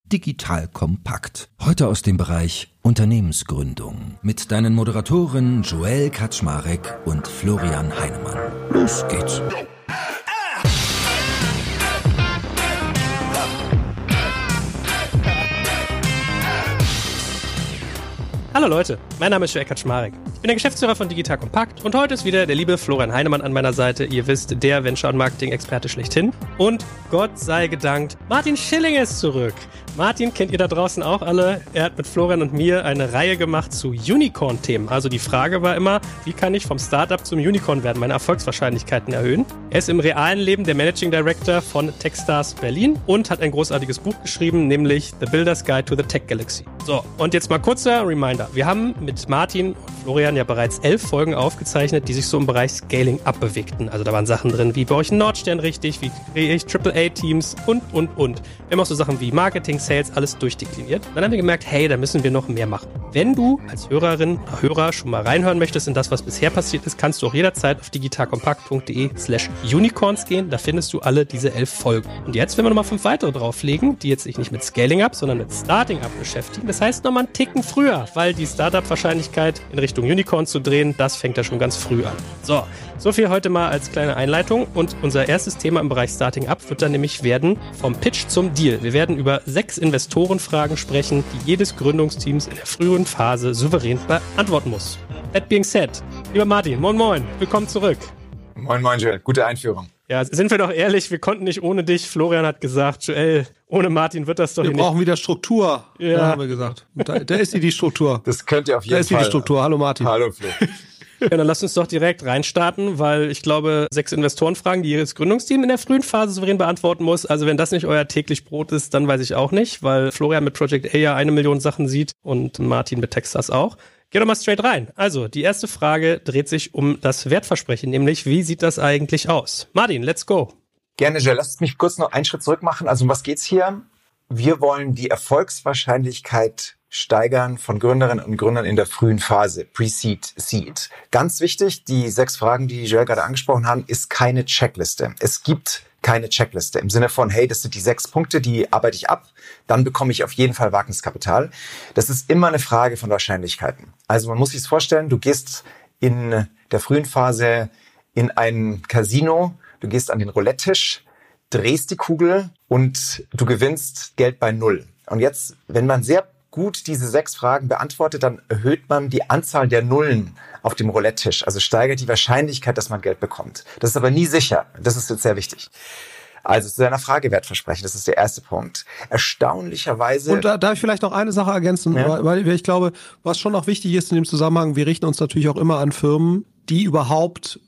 Digital Kompakt. Heute aus dem Bereich Unternehmensgründung. Mit deinen Moderatoren Joel Kaczmarek und Florian Heinemann. Los geht's. Hallo Leute, mein Name ist Joel Kaczmarek. Ich bin der Geschäftsführer von Digital Kompakt und heute ist wieder der liebe Florian Heinemann an meiner Seite. Ihr wisst, der Venture- und Marketing-Experte schlechthin. Und Gott sei gedankt, Martin Schilling ist zurück. Martin kennt ihr da draußen auch alle. Er hat mit Florian und mir eine Reihe gemacht zu Unicorn-Themen. Also die Frage war immer, wie kann ich vom Startup zum Unicorn werden, meine Erfolgswahrscheinlichkeiten erhöhen? Er ist im realen Leben der Managing Director von Techstars Berlin und hat ein großartiges Buch geschrieben, nämlich The Builder's Guide to the Tech Galaxy. So, und jetzt mal kurzer Reminder. Wir haben mit Martin und Florian ja bereits 11 Folgen aufgezeichnet, die sich so im Bereich Scaling Up bewegten. Also da waren Sachen drin, wie baue ich einen Nordstern richtig, wie kriege ich AAA-Teams und. Wir haben auch so Sachen wie Marketing, Sales, alles durchdekliniert. Dann haben wir gemerkt, hey, da müssen wir noch mehr machen. Wenn du als Hörerin oder Hörer schon mal reinhören möchtest in das, was bisher passiert ist, kannst du auch jederzeit auf digitalkompakt.de/unicorns gehen. Da findest du alle diese 11 Folgen. Und jetzt, wenn wir nochmal 5 weitere drauflegen, die jetzt sich nicht mit Scaling Up, sondern mit Starting Up beschäftigen, das heißt nochmal einen Ticken früher, weil die Startup-Wahrscheinlichkeit in Richtung Unicorn zu drehen, das fängt ja schon ganz früh an. So viel heute mal als kleine Einleitung und unser erstes Thema im Bereich Starting Up wird dann nämlich werden vom Pitch zum Deal. Wir werden über 6 Investorenfragen sprechen, die jedes Gründungsteams in der frühen Phase souverän beantworten muss. That being said, lieber Martin, moin, willkommen zurück. Moin, Joel, gute Einführung. Ja, sind wir doch ehrlich, wir konnten nicht ohne dich. Florian hat gesagt, Joel, ohne Martin wird das doch nicht. Wir brauchen wieder Struktur, ja. Haben wir gesagt. Da ist die Struktur. Das könnt ihr auf jeden Fall. Da ist die Struktur. Hallo Martin. Hallo Flo. Ja, dann lasst uns doch direkt reinstarten, weil ich glaube, 6 Investorenfragen, die jedes Gründungsteam in der frühen Phase souverän beantworten muss. Also wenn das nicht euer täglich Brot ist, dann weiß ich auch nicht, weil Florian mit Project A ja 1 Million Sachen sieht und Martin mit Techstars auch. Geh doch mal straight rein. Also, die erste Frage dreht sich um das Wertversprechen, nämlich wie sieht das eigentlich aus? Martin, let's go. Gerne, Joel. Lasst mich kurz noch einen Schritt zurück machen. Also um was geht's hier? Wir wollen die Erfolgswahrscheinlichkeit steigern von Gründerinnen und Gründern in der frühen Phase, Pre-Seed, Seed. Ganz wichtig, die 6 Fragen, die Joel gerade angesprochen haben, ist keine Checkliste. Es gibt keine Checkliste im Sinne von, hey, das sind die 6 Punkte, die arbeite ich ab, dann bekomme ich auf jeden Fall Wagniskapital. Das ist immer eine Frage von Wahrscheinlichkeiten. Also man muss sich vorstellen, du gehst in der frühen Phase in ein Casino, du gehst an den Roulette-Tisch, drehst die Kugel und du gewinnst Geld bei 0. Und jetzt, wenn man sehr gut diese 6 Fragen beantwortet, dann erhöht man die Anzahl der Nullen auf dem Roulette-Tisch, also steigert die Wahrscheinlichkeit, dass man Geld bekommt. Das ist aber nie sicher. Das ist jetzt sehr wichtig. Also zu deiner Frage Wertversprechen, das ist der erste Punkt. Erstaunlicherweise... Und da darf ich vielleicht noch eine Sache ergänzen, ja? Weil ich glaube, was schon noch wichtig ist in dem Zusammenhang, wir richten uns natürlich auch immer an Firmen, die überhaupt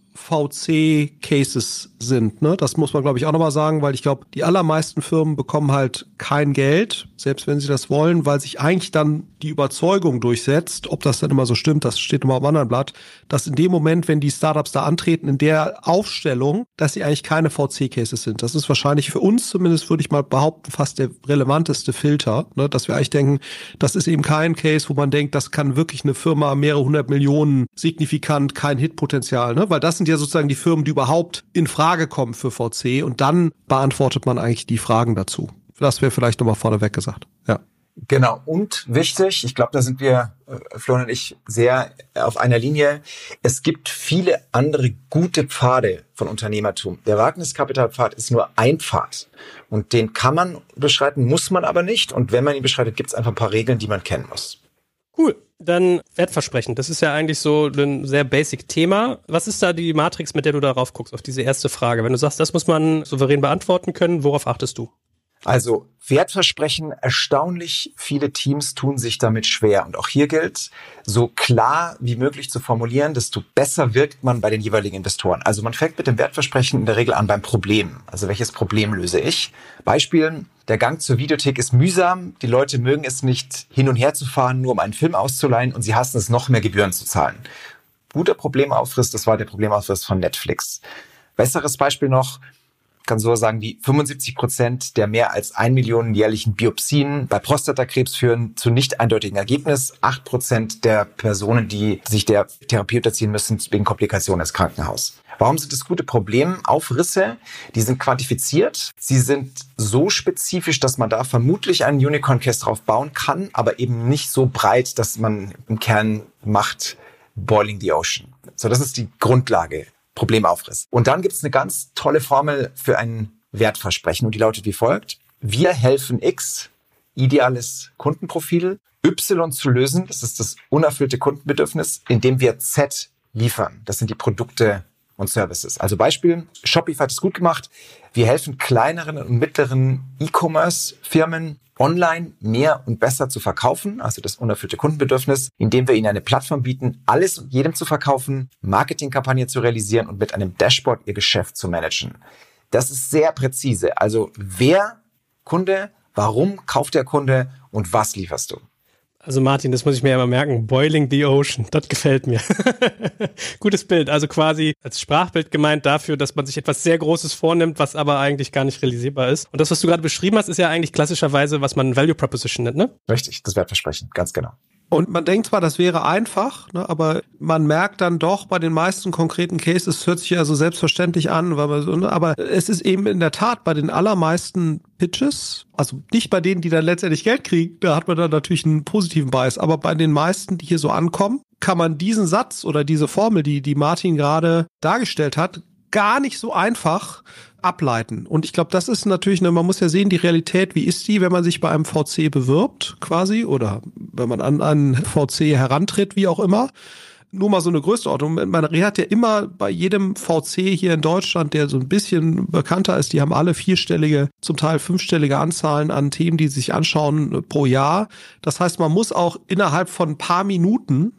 VC-Cases sind. Ne? Das muss man, glaube ich, auch nochmal sagen, weil ich glaube, die allermeisten Firmen bekommen halt kein Geld, selbst wenn sie das wollen, weil sich eigentlich dann die Überzeugung durchsetzt, ob das dann immer so stimmt, das steht immer auf dem anderen Blatt, dass in dem Moment, wenn die Startups da antreten, in der Aufstellung, dass sie eigentlich keine VC-Cases sind. Das ist wahrscheinlich für uns zumindest, würde ich mal behaupten, fast der relevanteste Filter, ne? Dass wir eigentlich denken, das ist eben kein Case, wo man denkt, das kann wirklich eine Firma mehrere 100 Millionen signifikant, kein Hitpotenzial, ne? Weil das sind ja sozusagen die Firmen, die überhaupt in Frage kommen für VC und dann beantwortet man eigentlich die Fragen dazu. Das wäre vielleicht nochmal vorneweg gesagt, ja. Genau, und wichtig, ich glaube, da sind wir, Florian und ich, sehr auf einer Linie. Es gibt viele andere gute Pfade von Unternehmertum. Der Wagniskapitalpfad ist nur ein Pfad und den kann man beschreiten, muss man aber nicht. Und wenn man ihn beschreitet, gibt es einfach ein paar Regeln, die man kennen muss. Cool, dann Wertversprechen. Das ist ja eigentlich so ein sehr basic Thema. Was ist da die Matrix, mit der du darauf guckst, auf diese erste Frage? Wenn du sagst, das muss man souverän beantworten können, worauf achtest du? Also Wertversprechen, erstaunlich viele Teams tun sich damit schwer. Und auch hier gilt, so klar wie möglich zu formulieren, desto besser wirkt man bei den jeweiligen Investoren. Also man fängt mit dem Wertversprechen in der Regel an beim Problem. Also welches Problem löse ich? Beispiel, der Gang zur Videothek ist mühsam. Die Leute mögen es nicht, hin und her zu fahren, nur um einen Film auszuleihen. Und sie hassen es, noch mehr Gebühren zu zahlen. Guter Problemaufriss, das war der Problemaufriss von Netflix. Besseres Beispiel noch, kann so sagen, wie 75% der mehr als 1 Million jährlichen Biopsien bei Prostatakrebs führen zu nicht eindeutigen Ergebnis. 8% der Personen, die sich der Therapie unterziehen müssen, wegen Komplikationen ins Krankenhaus. Warum sind das gute Problemaufrisse? Die sind quantifiziert. Sie sind so spezifisch, dass man da vermutlich einen Unicorn-Case drauf bauen kann, aber eben nicht so breit, dass man im Kern macht Boiling the Ocean. So, das ist die Grundlage. Problemaufriss. Und dann gibt es eine ganz tolle Formel für ein Wertversprechen und die lautet wie folgt. Wir helfen X, ideales Kundenprofil, Y zu lösen, das ist das unerfüllte Kundenbedürfnis, indem wir Z liefern. Das sind die Produkte und Services. Also Beispiel, Shopify hat es gut gemacht. Wir helfen kleineren und mittleren E-Commerce-Firmen online mehr und besser zu verkaufen, also das unerfüllte Kundenbedürfnis, indem wir ihnen eine Plattform bieten, alles und jedem zu verkaufen, Marketingkampagne zu realisieren und mit einem Dashboard ihr Geschäft zu managen. Das ist sehr präzise. Also wer Kunde, warum kauft der Kunde und was lieferst du? Also Martin, das muss ich mir ja immer merken. Boiling the Ocean, das gefällt mir. Gutes Bild, also quasi als Sprachbild gemeint dafür, dass man sich etwas sehr Großes vornimmt, was aber eigentlich gar nicht realisierbar ist. Und das, was du gerade beschrieben hast, ist ja eigentlich klassischerweise, was man Value Proposition nennt, ne? Richtig, das Wertversprechen, ganz genau. Und man denkt zwar, das wäre einfach, ne, aber man merkt dann doch bei den meisten konkreten Cases, hört sich ja so selbstverständlich an, weil man so, ne, aber es ist eben in der Tat bei den allermeisten Pitches, also nicht bei denen, die dann letztendlich Geld kriegen, da hat man dann natürlich einen positiven Bias, aber bei den meisten, die hier so ankommen, kann man diesen Satz oder diese Formel, die Martin gerade dargestellt hat, gar nicht so einfach ableiten. Und ich glaube, das ist natürlich, man muss ja sehen, die Realität, wie ist die, wenn man sich bei einem VC bewirbt quasi oder wenn man an einen VC herantritt, wie auch immer. Nur mal so eine Größenordnung. Man hat ja immer bei jedem VC hier in Deutschland, der so ein bisschen bekannter ist, die haben alle 4-stellige, zum Teil 5-stellige Anzahlen an Themen, die sie sich anschauen pro Jahr. Das heißt, man muss auch innerhalb von ein paar Minuten,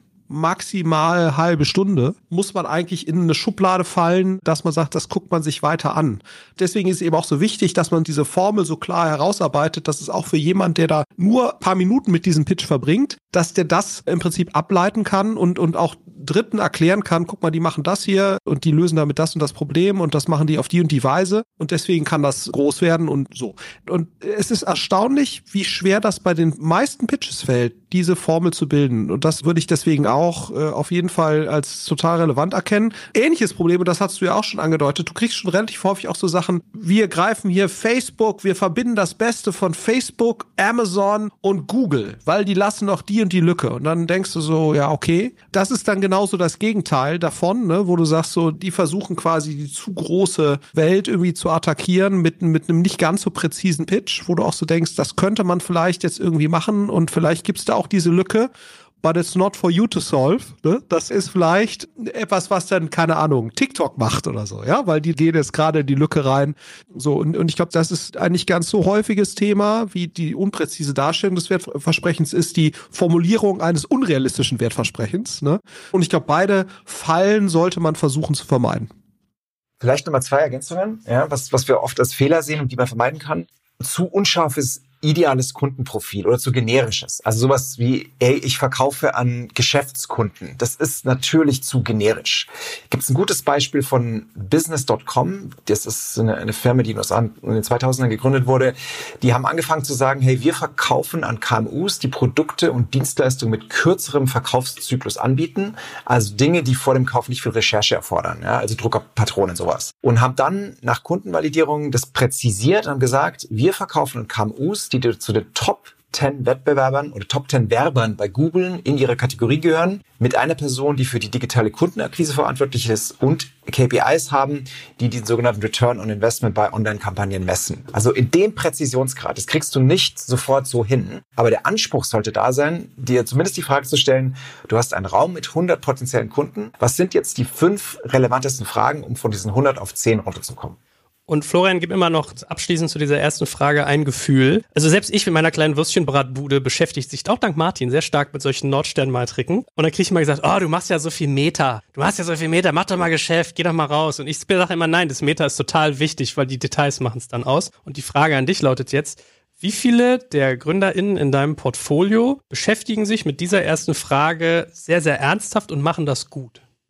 maximal halbe Stunde, muss man eigentlich in eine Schublade fallen, dass man sagt, das guckt man sich weiter an. Deswegen ist es eben auch so wichtig, dass man diese Formel so klar herausarbeitet, dass es auch für jemand, der da nur ein paar Minuten mit diesem Pitch verbringt, dass der das im Prinzip ableiten kann und auch Dritten erklären kann, guck mal, die machen das hier und die lösen damit das und das Problem und das machen die auf die und die Weise und deswegen kann das groß werden und so. Und es ist erstaunlich, wie schwer das bei den meisten Pitches fällt, diese Formel zu bilden. Und das würde ich deswegen auch auf jeden Fall als total relevant erkennen. Ähnliches Problem, und das hast du ja auch schon angedeutet, du kriegst schon relativ häufig auch so Sachen, wir greifen hier Facebook, wir verbinden das Beste von Facebook, Amazon und Google, weil die lassen noch die und die Lücke. Und dann denkst du so, ja okay, das ist dann genauso das Gegenteil davon, ne, wo du sagst so, die versuchen quasi die zu große Welt irgendwie zu attackieren mit einem nicht ganz so präzisen Pitch, wo du auch so denkst, das könnte man vielleicht jetzt irgendwie machen und vielleicht gibt's da auch diese Lücke, but it's not for you to solve. Ne? Das ist vielleicht etwas, was dann, keine Ahnung, TikTok macht oder so, ja, weil die gehen jetzt gerade in die Lücke rein. So, und ich glaube, das ist ein nicht ganz so häufiges Thema, wie die unpräzise Darstellung des Wertversprechens ist, die Formulierung eines unrealistischen Wertversprechens. Ne? Und ich glaube, beide Fallen sollte man versuchen zu vermeiden. Vielleicht nochmal 2 Ergänzungen, ja, was wir oft als Fehler sehen und die man vermeiden kann. Zu unscharfes ideales Kundenprofil oder zu generisches. Also sowas wie, ich verkaufe an Geschäftskunden. Das ist natürlich zu generisch. Gibt es ein gutes Beispiel von Business.com. Das ist eine Firma, die in den 2000ern gegründet wurde. Die haben angefangen zu sagen, hey, wir verkaufen an KMUs, die Produkte und Dienstleistungen mit kürzerem Verkaufszyklus anbieten. Also Dinge, die vor dem Kauf nicht viel Recherche erfordern. Ja, also Druckerpatronen, sowas. Und haben dann nach Kundenvalidierung das präzisiert und haben gesagt, wir verkaufen an KMUs, die zu den Top 10 Wettbewerbern oder Top 10 Werbern bei Google in ihrer Kategorie gehören, mit einer Person, die für die digitale Kundenakquise verantwortlich ist und KPIs haben, die den sogenannten Return on Investment bei Online-Kampagnen messen. Also in dem Präzisionsgrad, das kriegst du nicht sofort so hin, aber der Anspruch sollte da sein, dir zumindest die Frage zu stellen, du hast einen Raum mit 100 potenziellen Kunden, was sind jetzt die 5 relevantesten Fragen, um von diesen 100 auf 10 runterzukommen? Und Florian, gib immer noch abschließend zu dieser ersten Frage ein Gefühl. Also selbst ich mit meiner kleinen Würstchenbratbude beschäftige sich auch dank Martin sehr stark mit solchen Nordsternmetriken. Und dann kriege ich immer gesagt, du machst ja so viel Meter. Mach doch mal Geschäft, geh doch mal raus. Und ich sage immer, nein, das Meter ist total wichtig, weil die Details machen es dann aus. Und die Frage an dich lautet jetzt, wie viele der GründerInnen in deinem Portfolio beschäftigen sich mit dieser ersten Frage sehr, sehr ernsthaft und machen das gut?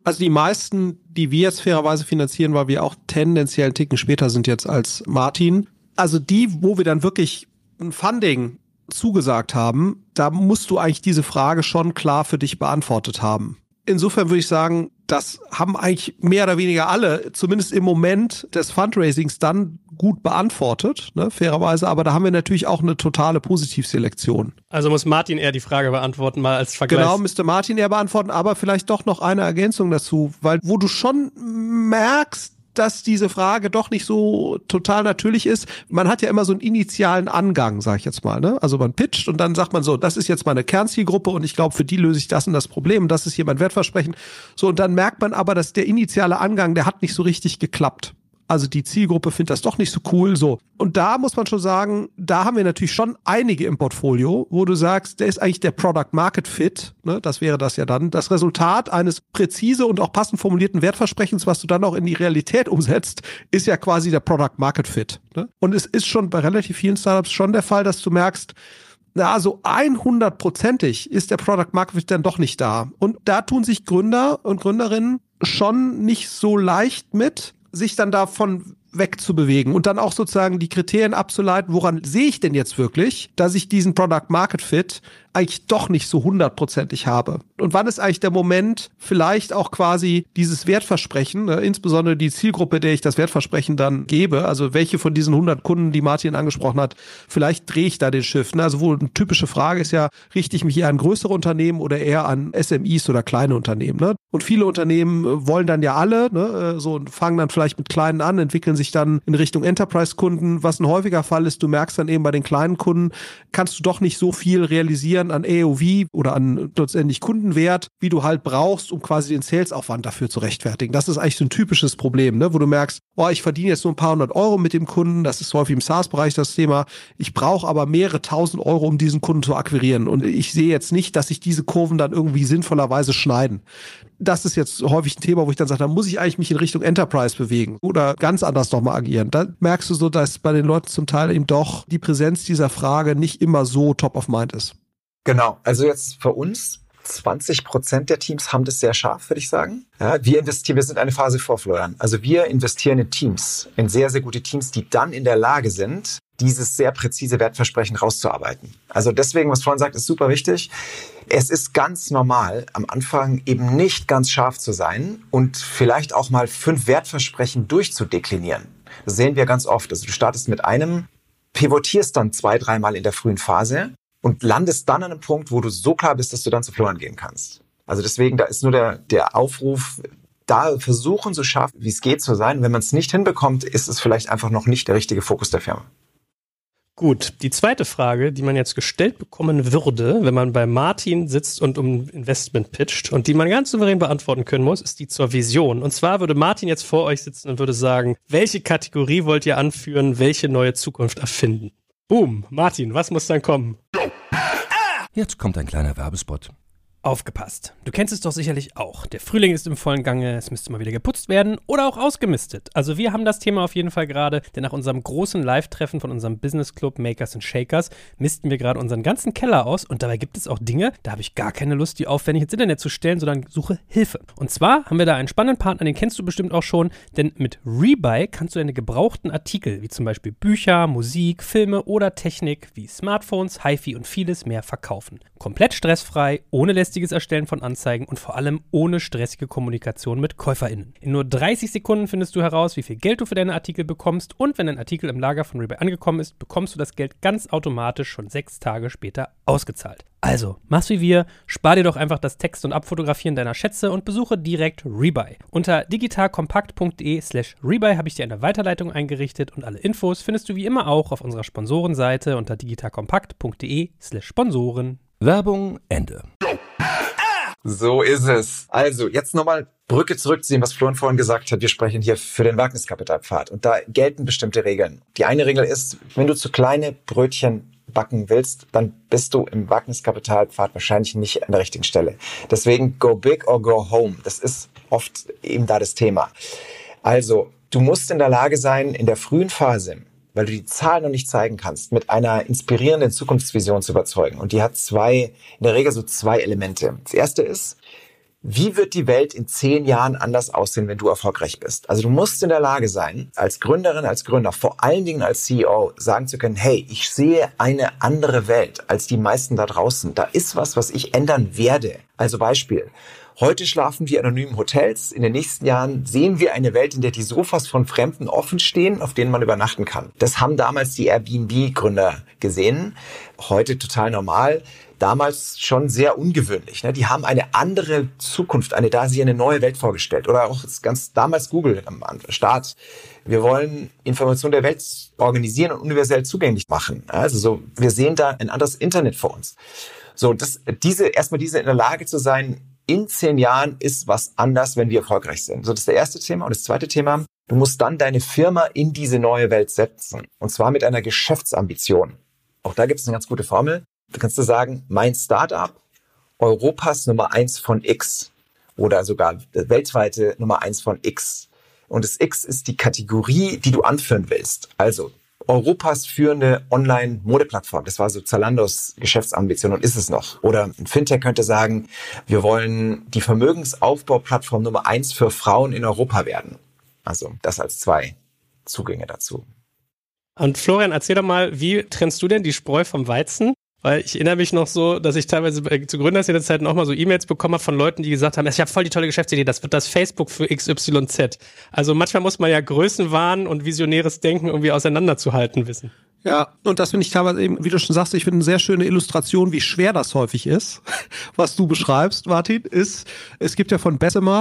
Also die meisten, die wir jetzt fairerweise finanzieren, weil wir auch tendenziell einen Ticken später sind jetzt als Martin. Also die, wo wir dann wirklich ein Funding zugesagt haben, da musst du eigentlich diese Frage schon klar für dich beantwortet haben. Insofern würde ich sagen, das haben eigentlich mehr oder weniger alle, zumindest im Moment des Fundraisings, dann gut beantwortet, ne, fairerweise. Aber da haben wir natürlich auch eine totale Positivselektion. Also muss Martin eher die Frage beantworten, mal als Vergleich. Genau, müsste Martin eher beantworten, aber vielleicht doch noch eine Ergänzung dazu, weil wo du schon merkst, dass diese Frage doch nicht so total natürlich ist. Man hat ja immer so einen initialen Angang, sag ich jetzt mal, ne? Also man pitcht und dann sagt man so, das ist jetzt meine Kernzielgruppe und ich glaube, für die löse ich das und das Problem und das ist hier mein Wertversprechen. So, und dann merkt man aber, dass der initiale Angang, der hat nicht so richtig geklappt. Also die Zielgruppe findet das doch nicht so cool, so. Und da muss man schon sagen, da haben wir natürlich schon einige im Portfolio, wo du sagst, der ist eigentlich der Product Market Fit, ne? Das wäre das ja dann. Das Resultat eines präzise und auch passend formulierten Wertversprechens, was du dann auch in die Realität umsetzt, ist ja quasi der Product Market Fit, ne? Und es ist schon bei relativ vielen Startups schon der Fall, dass du merkst, na, so 100%ig ist der Product Market Fit dann doch nicht da. Und da tun sich Gründer und Gründerinnen schon nicht so leicht mit, sich dann davon wegzubewegen und dann auch sozusagen die Kriterien abzuleiten, woran sehe ich denn jetzt wirklich, dass ich diesen Product Market Fit eigentlich doch nicht so 100%ig habe. Und wann ist eigentlich der Moment, vielleicht auch quasi dieses Wertversprechen, ne, insbesondere die Zielgruppe, der ich das Wertversprechen dann gebe, also welche von diesen 100 Kunden, die Martin angesprochen hat, vielleicht drehe ich da den Schiff. Ne? Also wo eine typische Frage ist ja, richte ich mich eher an größere Unternehmen oder eher an SMEs oder kleine Unternehmen. Ne? Und viele Unternehmen wollen dann ja alle, ne, so und fangen dann vielleicht mit kleinen an, entwickeln sich dann in Richtung Enterprise-Kunden. Was ein häufiger Fall ist, du merkst dann eben bei den kleinen Kunden, kannst du doch nicht so viel realisieren an AOV oder an letztendlich Kundenwert, wie du halt brauchst, um quasi den Sales-Aufwand dafür zu rechtfertigen. Das ist eigentlich so ein typisches Problem, ne, wo du merkst, oh, ich verdiene jetzt nur ein paar hundert Euro mit dem Kunden, das ist häufig im SaaS-Bereich das Thema, ich brauche aber mehrere tausend Euro, um diesen Kunden zu akquirieren und ich sehe jetzt nicht, dass sich diese Kurven dann irgendwie sinnvollerweise schneiden. Das ist jetzt häufig ein Thema, wo ich dann sage, da muss ich eigentlich mich in Richtung Enterprise bewegen oder ganz anders nochmal agieren. Da merkst du so, dass bei den Leuten zum Teil eben doch die Präsenz dieser Frage nicht immer so top of mind ist. Genau, also jetzt für uns 20% der Teams haben das sehr scharf, würde ich sagen. Ja, wir sind eine Phase vor, Florian. Also wir investieren in Teams, in sehr, sehr gute Teams, die dann in der Lage sind, dieses sehr präzise Wertversprechen rauszuarbeiten. Also deswegen, was Florian sagt, ist super wichtig. Es ist ganz normal, am Anfang eben nicht ganz scharf zu sein und vielleicht auch mal 5 Wertversprechen durchzudeklinieren. Das sehen wir ganz oft. Also du startest mit einem, pivotierst dann 2-3 Mal in der frühen Phase und landest dann an einem Punkt, wo du so klar bist, dass du dann zu Florian gehen kannst. Also deswegen, da ist nur der Aufruf, da versuchen, so scharf wie es geht zu sein. Wenn man es nicht hinbekommt, ist es vielleicht einfach noch nicht der richtige Fokus der Firma. Gut, die zweite Frage, die man jetzt gestellt bekommen würde, wenn man bei Martin sitzt und um Investment pitcht und die man ganz souverän beantworten können muss, ist die zur Vision. Und zwar würde Martin jetzt vor euch sitzen und würde sagen, welche Kategorie wollt ihr anführen, welche neue Zukunft erfinden? Boom, Martin, was muss dann kommen? Jetzt kommt ein kleiner Werbespot. Aufgepasst. Du kennst es doch sicherlich auch. Der Frühling ist im vollen Gange, es müsste mal wieder geputzt werden oder auch ausgemistet. Also wir haben das Thema auf jeden Fall gerade, denn nach unserem großen Live-Treffen von unserem Business Club Makers and Shakers misten wir gerade unseren ganzen Keller aus und dabei gibt es auch Dinge, da habe ich gar keine Lust, die aufwendig ins Internet zu stellen, sondern suche Hilfe. Und zwar haben wir da einen spannenden Partner, den kennst du bestimmt auch schon, denn mit Rebuy kannst du deine gebrauchten Artikel, wie zum Beispiel Bücher, Musik, Filme oder Technik wie Smartphones, HiFi und vieles mehr verkaufen. Komplett stressfrei, ohne lästiges Erstellen von Anzeigen und vor allem ohne stressige Kommunikation mit KäuferInnen. In nur 30 Sekunden findest du heraus, wie viel Geld du für deine Artikel bekommst und wenn dein Artikel im Lager von Rebuy angekommen ist, bekommst du das Geld ganz automatisch schon 6 Tage später ausgezahlt. Also, mach's wie wir, spar dir doch einfach das Text- und Abfotografieren deiner Schätze und besuche direkt Rebuy. Unter digitalkompakt.de/Rebuy habe ich dir eine Weiterleitung eingerichtet und alle Infos findest du wie immer auch auf unserer Sponsorenseite unter digitalkompakt.de/Sponsoren. Werbung Ende. So ist es. Also jetzt nochmal Brücke zurückziehen, was Florian vorhin gesagt hat. Wir sprechen hier für den Wagniskapitalpfad und da gelten bestimmte Regeln. Die eine Regel ist, wenn du zu kleine Brötchen backen willst, dann bist du im Wagniskapitalpfad wahrscheinlich nicht an der richtigen Stelle. Deswegen go big or go home. Das ist oft eben da das Thema. Also du musst in der Lage sein, in der frühen Phase, weil du die Zahlen noch nicht zeigen kannst, mit einer inspirierenden Zukunftsvision zu überzeugen. Und die hat in der Regel so 2 Elemente. Das erste ist, wie wird die Welt in 10 Jahren anders aussehen, wenn du erfolgreich bist? Also du musst in der Lage sein, als Gründerin, als Gründer, vor allen Dingen als CEO, sagen zu können, hey, ich sehe eine andere Welt als die meisten da draußen. Da ist was ich ändern werde. Also Beispiel. Heute schlafen wir in anonymen Hotels. In den nächsten Jahren sehen wir eine Welt, in der die Sofas von Fremden offen stehen, auf denen man übernachten kann. Das haben damals die Airbnb-Gründer gesehen. Heute total normal. Damals schon sehr ungewöhnlich. Die haben eine andere Zukunft, eine neue Welt vorgestellt. Oder auch ganz damals Google am Start. Wir wollen Information der Welt organisieren und universell zugänglich machen. Also so, wir sehen da ein anderes Internet vor uns. So, erstmal diese in der Lage zu sein, in 10 Jahren ist was anders, wenn wir erfolgreich sind. So, das ist das erste Thema. Und das zweite Thema, du musst dann deine Firma in diese neue Welt setzen. Und zwar mit einer Geschäftsambition. Auch da gibt es eine ganz gute Formel. Da kannst du sagen, mein Startup, Europas Nummer 1 von X. Oder sogar weltweite Nummer 1 von X. Und das X ist die Kategorie, die du anführen willst. Also Europas führende Online-Modeplattform. Das war so Zalandos Geschäftsambition und ist es noch. Oder ein Fintech könnte sagen, wir wollen die Vermögensaufbauplattform Nummer 1 für Frauen in Europa werden. Also das als 2 Zugänge dazu. Und Florian, erzähl doch mal, wie trennst du denn die Spreu vom Weizen? Weil ich erinnere mich noch so, dass ich teilweise zu Gründerszene-Zeiten auch mal so E-Mails bekommen habe von Leuten, die gesagt haben, ich habe voll die tolle Geschäftsidee, das wird das Facebook für XYZ. Also manchmal muss man ja Größenwahn und visionäres Denken irgendwie auseinanderzuhalten wissen. Ja, und das finde ich teilweise eben, wie du schon sagst, ich finde eine sehr schöne Illustration, wie schwer das häufig ist. Was du beschreibst, Martin, ist, es gibt ja von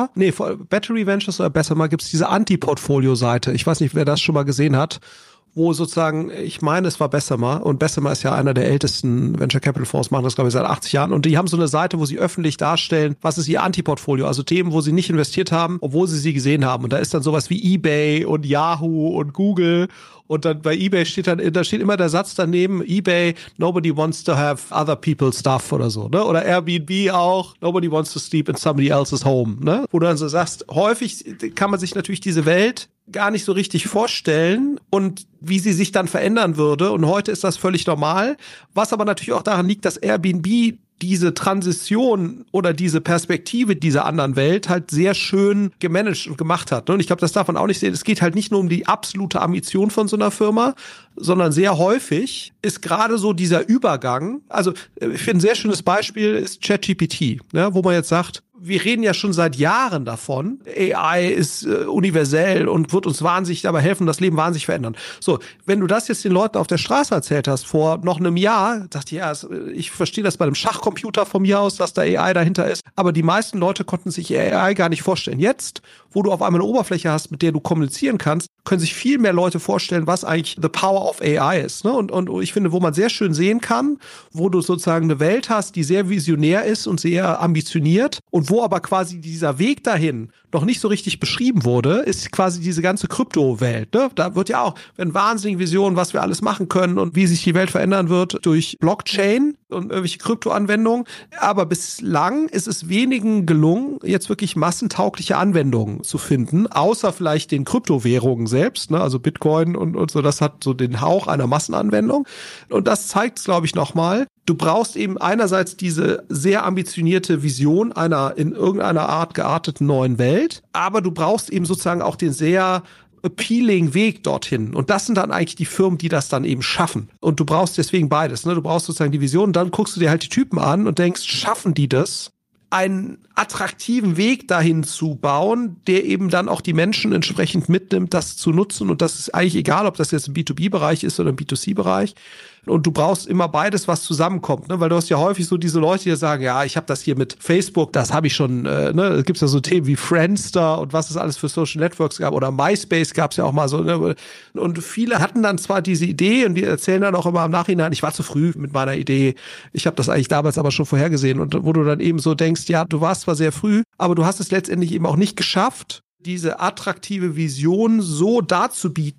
Battery Ventures oder Bessemer gibt es diese Anti-Portfolio-Seite. Ich weiß nicht, wer das schon mal gesehen hat, wo sozusagen, ich meine, es war Bessemer, und Bessemer ist ja einer der ältesten Venture Capital Fonds, machen das, glaube ich, seit 80 Jahren, und die haben so eine Seite, wo sie öffentlich darstellen, was ist ihr Anti-Portfolio, also Themen, wo sie nicht investiert haben, obwohl sie gesehen haben, und da ist dann sowas wie eBay und Yahoo und Google, und dann bei eBay steht immer der Satz daneben, eBay, nobody wants to have other people's stuff oder so, ne? Oder Airbnb auch, nobody wants to sleep in somebody else's home, ne? Wo du dann so sagst, häufig kann man sich natürlich diese Welt gar nicht so richtig vorstellen und wie sie sich dann verändern würde. Und heute ist das völlig normal. Was aber natürlich auch daran liegt, dass Airbnb diese Transition oder diese Perspektive dieser anderen Welt halt sehr schön gemanagt und gemacht hat. Und ich glaube, das darf man auch nicht sehen. Es geht halt nicht nur um die absolute Ambition von so einer Firma, sondern sehr häufig ist gerade so dieser Übergang. Also ich finde, ein sehr schönes Beispiel ist ChatGPT, ne, wo man jetzt sagt, wir reden ja schon seit Jahren davon, AI ist universell und wird uns wahnsinnig dabei helfen, das Leben wahnsinnig verändern. So, wenn du das jetzt den Leuten auf der Straße erzählt hast, vor noch einem Jahr, dachte ich, ja, ich verstehe das bei einem Schachcomputer von mir aus, dass da AI dahinter ist, aber die meisten Leute konnten sich AI gar nicht vorstellen. Jetzt, wo du auf einmal eine Oberfläche hast, mit der du kommunizieren kannst, können sich viel mehr Leute vorstellen, was eigentlich the power of AI ist. Ne? Und ich finde, wo man sehr schön sehen kann, wo du sozusagen eine Welt hast, die sehr visionär ist und sehr ambitioniert und wo aber quasi dieser Weg dahin noch nicht so richtig beschrieben wurde, ist quasi diese ganze Kryptowelt. Ne? Da wird ja auch, wenn wahnsinnige Visionen, was wir alles machen können und wie sich die Welt verändern wird durch Blockchain und irgendwelche Kryptoanwendungen. Aber bislang ist es wenigen gelungen, jetzt wirklich massentaugliche Anwendungen zu finden, außer vielleicht den Kryptowährungen selbst, ne? Also Bitcoin und so, das hat so den Hauch einer Massenanwendung. Und das zeigt, glaube ich, nochmal, du brauchst eben einerseits diese sehr ambitionierte Vision einer in irgendeiner Art gearteten neuen Welt, aber du brauchst eben sozusagen auch den sehr appealing Weg dorthin. Und das sind dann eigentlich die Firmen, die das dann eben schaffen. Und du brauchst deswegen beides. Ne? Du brauchst sozusagen die Vision, dann guckst du dir halt die Typen an und denkst, schaffen die das? Einen attraktiven Weg dahin zu bauen, der eben dann auch die Menschen entsprechend mitnimmt, das zu nutzen. Und das ist eigentlich egal, ob das jetzt im B2B-Bereich ist oder im B2C-Bereich. Und du brauchst immer beides, was zusammenkommt, ne? Weil du hast ja häufig so diese Leute, die sagen, ja, ich habe das hier mit Facebook, das habe ich schon, ne? Da gibt's ja so Themen wie Friendster und was es alles für Social Networks gab oder MySpace gab's ja auch mal so, ne? Und viele hatten dann zwar diese Idee und die erzählen dann auch immer im Nachhinein, ich war zu früh mit meiner Idee, ich habe das eigentlich damals aber schon vorhergesehen und wo du dann eben so denkst, ja, du warst zwar sehr früh, aber du hast es letztendlich eben auch nicht geschafft, diese attraktive Vision so darzubieten,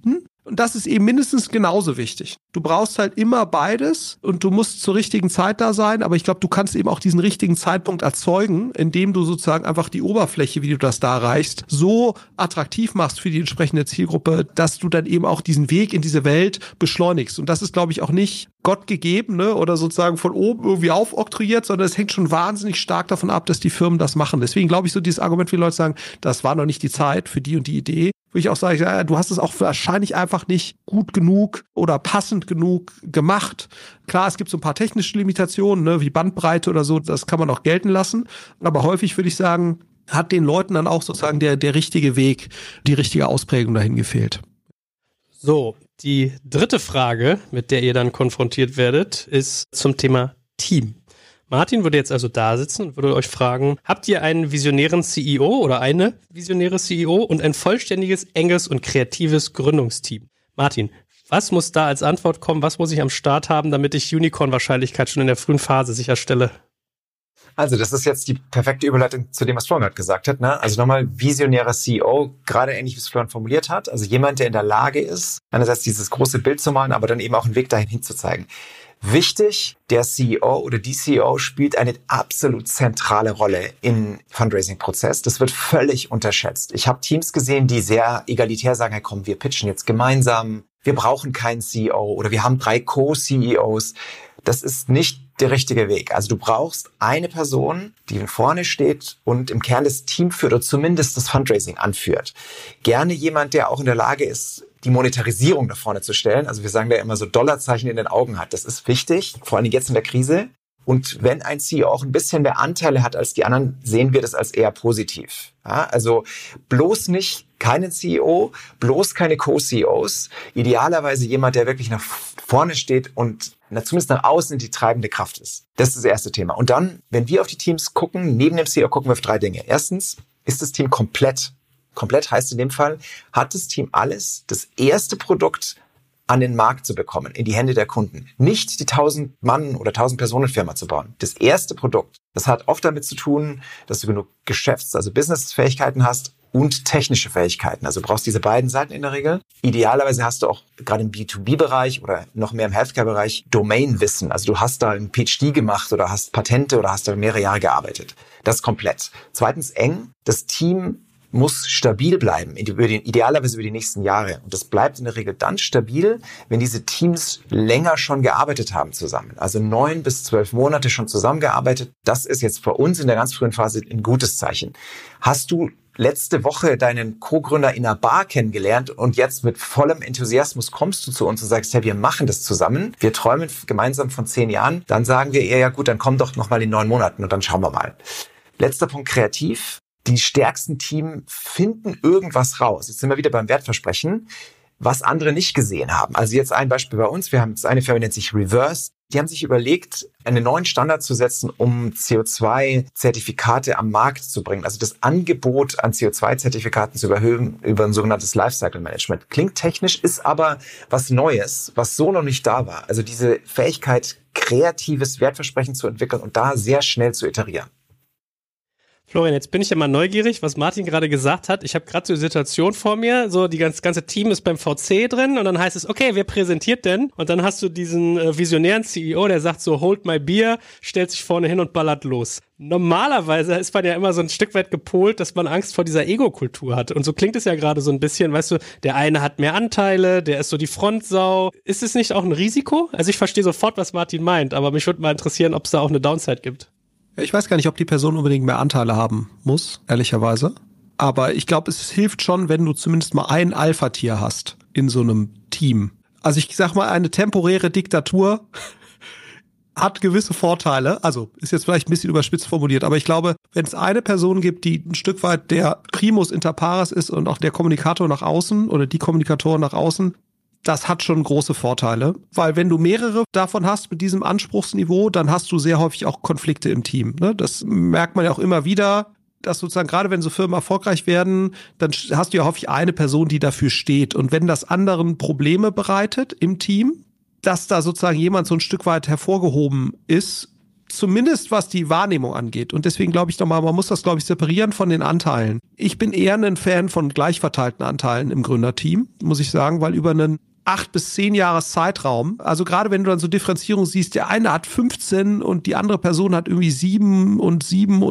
Und das ist eben mindestens genauso wichtig. Du brauchst halt immer beides und du musst zur richtigen Zeit da sein, aber ich glaube, du kannst eben auch diesen richtigen Zeitpunkt erzeugen, indem du sozusagen einfach die Oberfläche, wie du das da erreichst, so attraktiv machst für die entsprechende Zielgruppe, dass du dann eben auch diesen Weg in diese Welt beschleunigst. Und das ist, glaube ich, auch nicht Gott gegeben, ne, oder sozusagen von oben irgendwie aufoktroyiert, sondern es hängt schon wahnsinnig stark davon ab, dass die Firmen das machen. Deswegen glaube ich so dieses Argument, wie Leute sagen, das war noch nicht die Zeit für die und die Idee, wo ich auch sage, ja, du hast es auch wahrscheinlich einfach nicht gut genug oder passend genug gemacht. Klar, es gibt so ein paar technische Limitationen, ne, wie Bandbreite oder so, das kann man auch gelten lassen. Aber häufig würde ich sagen, hat den Leuten dann auch sozusagen der richtige Weg, die richtige Ausprägung dahin gefehlt. So, die dritte Frage, mit der ihr dann konfrontiert werdet, ist zum Thema Team. Martin würde jetzt also da sitzen und würde euch fragen, habt ihr einen visionären CEO oder eine visionäre CEO und ein vollständiges, enges und kreatives Gründungsteam? Martin, was muss da als Antwort kommen? Was muss ich am Start haben, damit ich Unicorn-Wahrscheinlichkeit schon in der frühen Phase sicherstelle? Also das ist jetzt die perfekte Überleitung zu dem, was Florian gerade gesagt hat. Ne? Also nochmal, visionärer CEO, gerade ähnlich wie es Florian formuliert hat. Also jemand, der in der Lage ist, einerseits dieses große Bild zu malen, aber dann eben auch einen Weg dahin hinzuzeigen. Wichtig, der CEO oder die CEO spielt eine absolut zentrale Rolle im Fundraising-Prozess. Das wird völlig unterschätzt. Ich habe Teams gesehen, die sehr egalitär sagen, hey, komm, wir pitchen jetzt gemeinsam, wir brauchen keinen CEO oder wir haben 3 Co-CEOs. Das ist nicht der richtige Weg. Also du brauchst eine Person, die vorne steht und im Kern das Team führt oder zumindest das Fundraising anführt. Gerne jemand, der auch in der Lage ist, die Monetarisierung da vorne zu stellen. Also wir sagen da immer so Dollarzeichen in den Augen hat. Das ist wichtig, vor allem jetzt in der Krise. Und wenn ein CEO auch ein bisschen mehr Anteile hat als die anderen, sehen wir das als eher positiv. Ja, also bloß nicht keinen CEO, bloß keine Co-CEOs. Idealerweise jemand, der wirklich nach vorne steht und zumindest nach außen die treibende Kraft ist. Das ist das erste Thema. Und dann, wenn wir auf die Teams gucken, neben dem CEO gucken wir auf 3 Dinge. Erstens, ist das Team komplett? Komplett heißt in dem Fall, hat das Team alles, das erste Produkt an den Markt zu bekommen, in die Hände der Kunden. Nicht die 1000-Mann- oder 1000-Personen-Firma zu bauen. Das erste Produkt, das hat oft damit zu tun, dass du genug also Business-Fähigkeiten hast und technische Fähigkeiten. Also du brauchst diese beiden Seiten in der Regel. Idealerweise hast du auch gerade im B2B-Bereich oder noch mehr im Healthcare-Bereich Domain-Wissen. Also du hast da einen PhD gemacht oder hast Patente oder hast da mehrere Jahre gearbeitet. Das ist komplett. Zweitens eng, das Team muss stabil bleiben, idealerweise über die nächsten Jahre. Und das bleibt in der Regel dann stabil, wenn diese Teams länger schon gearbeitet haben zusammen. Also 9 bis 12 Monate schon zusammengearbeitet. Das ist jetzt für uns in der ganz frühen Phase ein gutes Zeichen. Hast du letzte Woche deinen Co-Gründer in einer Bar kennengelernt und jetzt mit vollem Enthusiasmus kommst du zu uns und sagst, hey, wir machen das zusammen, wir träumen gemeinsam von 10 Jahren, dann sagen wir eher, ja gut, dann komm doch noch mal in 9 Monaten und dann schauen wir mal. Letzter Punkt, kreativ. Die stärksten Teams finden irgendwas raus. Jetzt sind wir wieder beim Wertversprechen, was andere nicht gesehen haben. Also jetzt ein Beispiel bei uns. Wir haben jetzt eine Firma, die nennt sich Reverse. Die haben sich überlegt, einen neuen Standard zu setzen, um CO2-Zertifikate am Markt zu bringen. Also das Angebot an CO2-Zertifikaten zu überhöhen über ein sogenanntes Lifecycle-Management. Klingt technisch, ist aber was Neues, was so noch nicht da war. Also diese Fähigkeit, kreatives Wertversprechen zu entwickeln und da sehr schnell zu iterieren. Florian, jetzt bin ich ja mal neugierig, was Martin gerade gesagt hat. Ich habe gerade so eine Situation vor mir, so die ganze Team ist beim VC drin und dann heißt es, okay, wer präsentiert denn? Und dann hast du diesen visionären CEO, der sagt so, hold my beer, stellt sich vorne hin und ballert los. Normalerweise ist man ja immer so ein Stück weit gepolt, dass man Angst vor dieser Ego-Kultur hat. Und so klingt es ja gerade so ein bisschen, weißt du, der eine hat mehr Anteile, der ist so die Frontsau. Ist es nicht auch ein Risiko? Also ich verstehe sofort, was Martin meint, aber mich würde mal interessieren, ob es da auch eine Downside gibt. Ich weiß gar nicht, ob die Person unbedingt mehr Anteile haben muss, ehrlicherweise. Aber ich glaube, es hilft schon, wenn du zumindest mal ein Alpha-Tier hast in so einem Team. Also ich sag mal, eine temporäre Diktatur hat gewisse Vorteile. Also ist jetzt vielleicht ein bisschen überspitzt formuliert, aber ich glaube, wenn es eine Person gibt, die ein Stück weit der Primus inter pares ist und auch der Kommunikator nach außen oder die Kommunikatoren nach außen, das hat schon große Vorteile, weil wenn du mehrere davon hast mit diesem Anspruchsniveau, dann hast du sehr häufig auch Konflikte im Team. Ne? Das merkt man ja auch immer wieder, dass sozusagen gerade wenn so Firmen erfolgreich werden, dann hast du ja häufig eine Person, die dafür steht. Und wenn das anderen Probleme bereitet im Team, dass da sozusagen jemand so ein Stück weit hervorgehoben ist, Zumindest was die Wahrnehmung angeht. Und deswegen glaube ich nochmal, man muss das, glaube ich, separieren von den Anteilen. Ich bin eher ein Fan von gleich verteilten Anteilen im Gründerteam, muss ich sagen, weil über einen 8 bis 10 Jahres Zeitraum, also gerade wenn du dann so Differenzierung siehst, der eine hat 15 und die andere Person hat irgendwie 7 und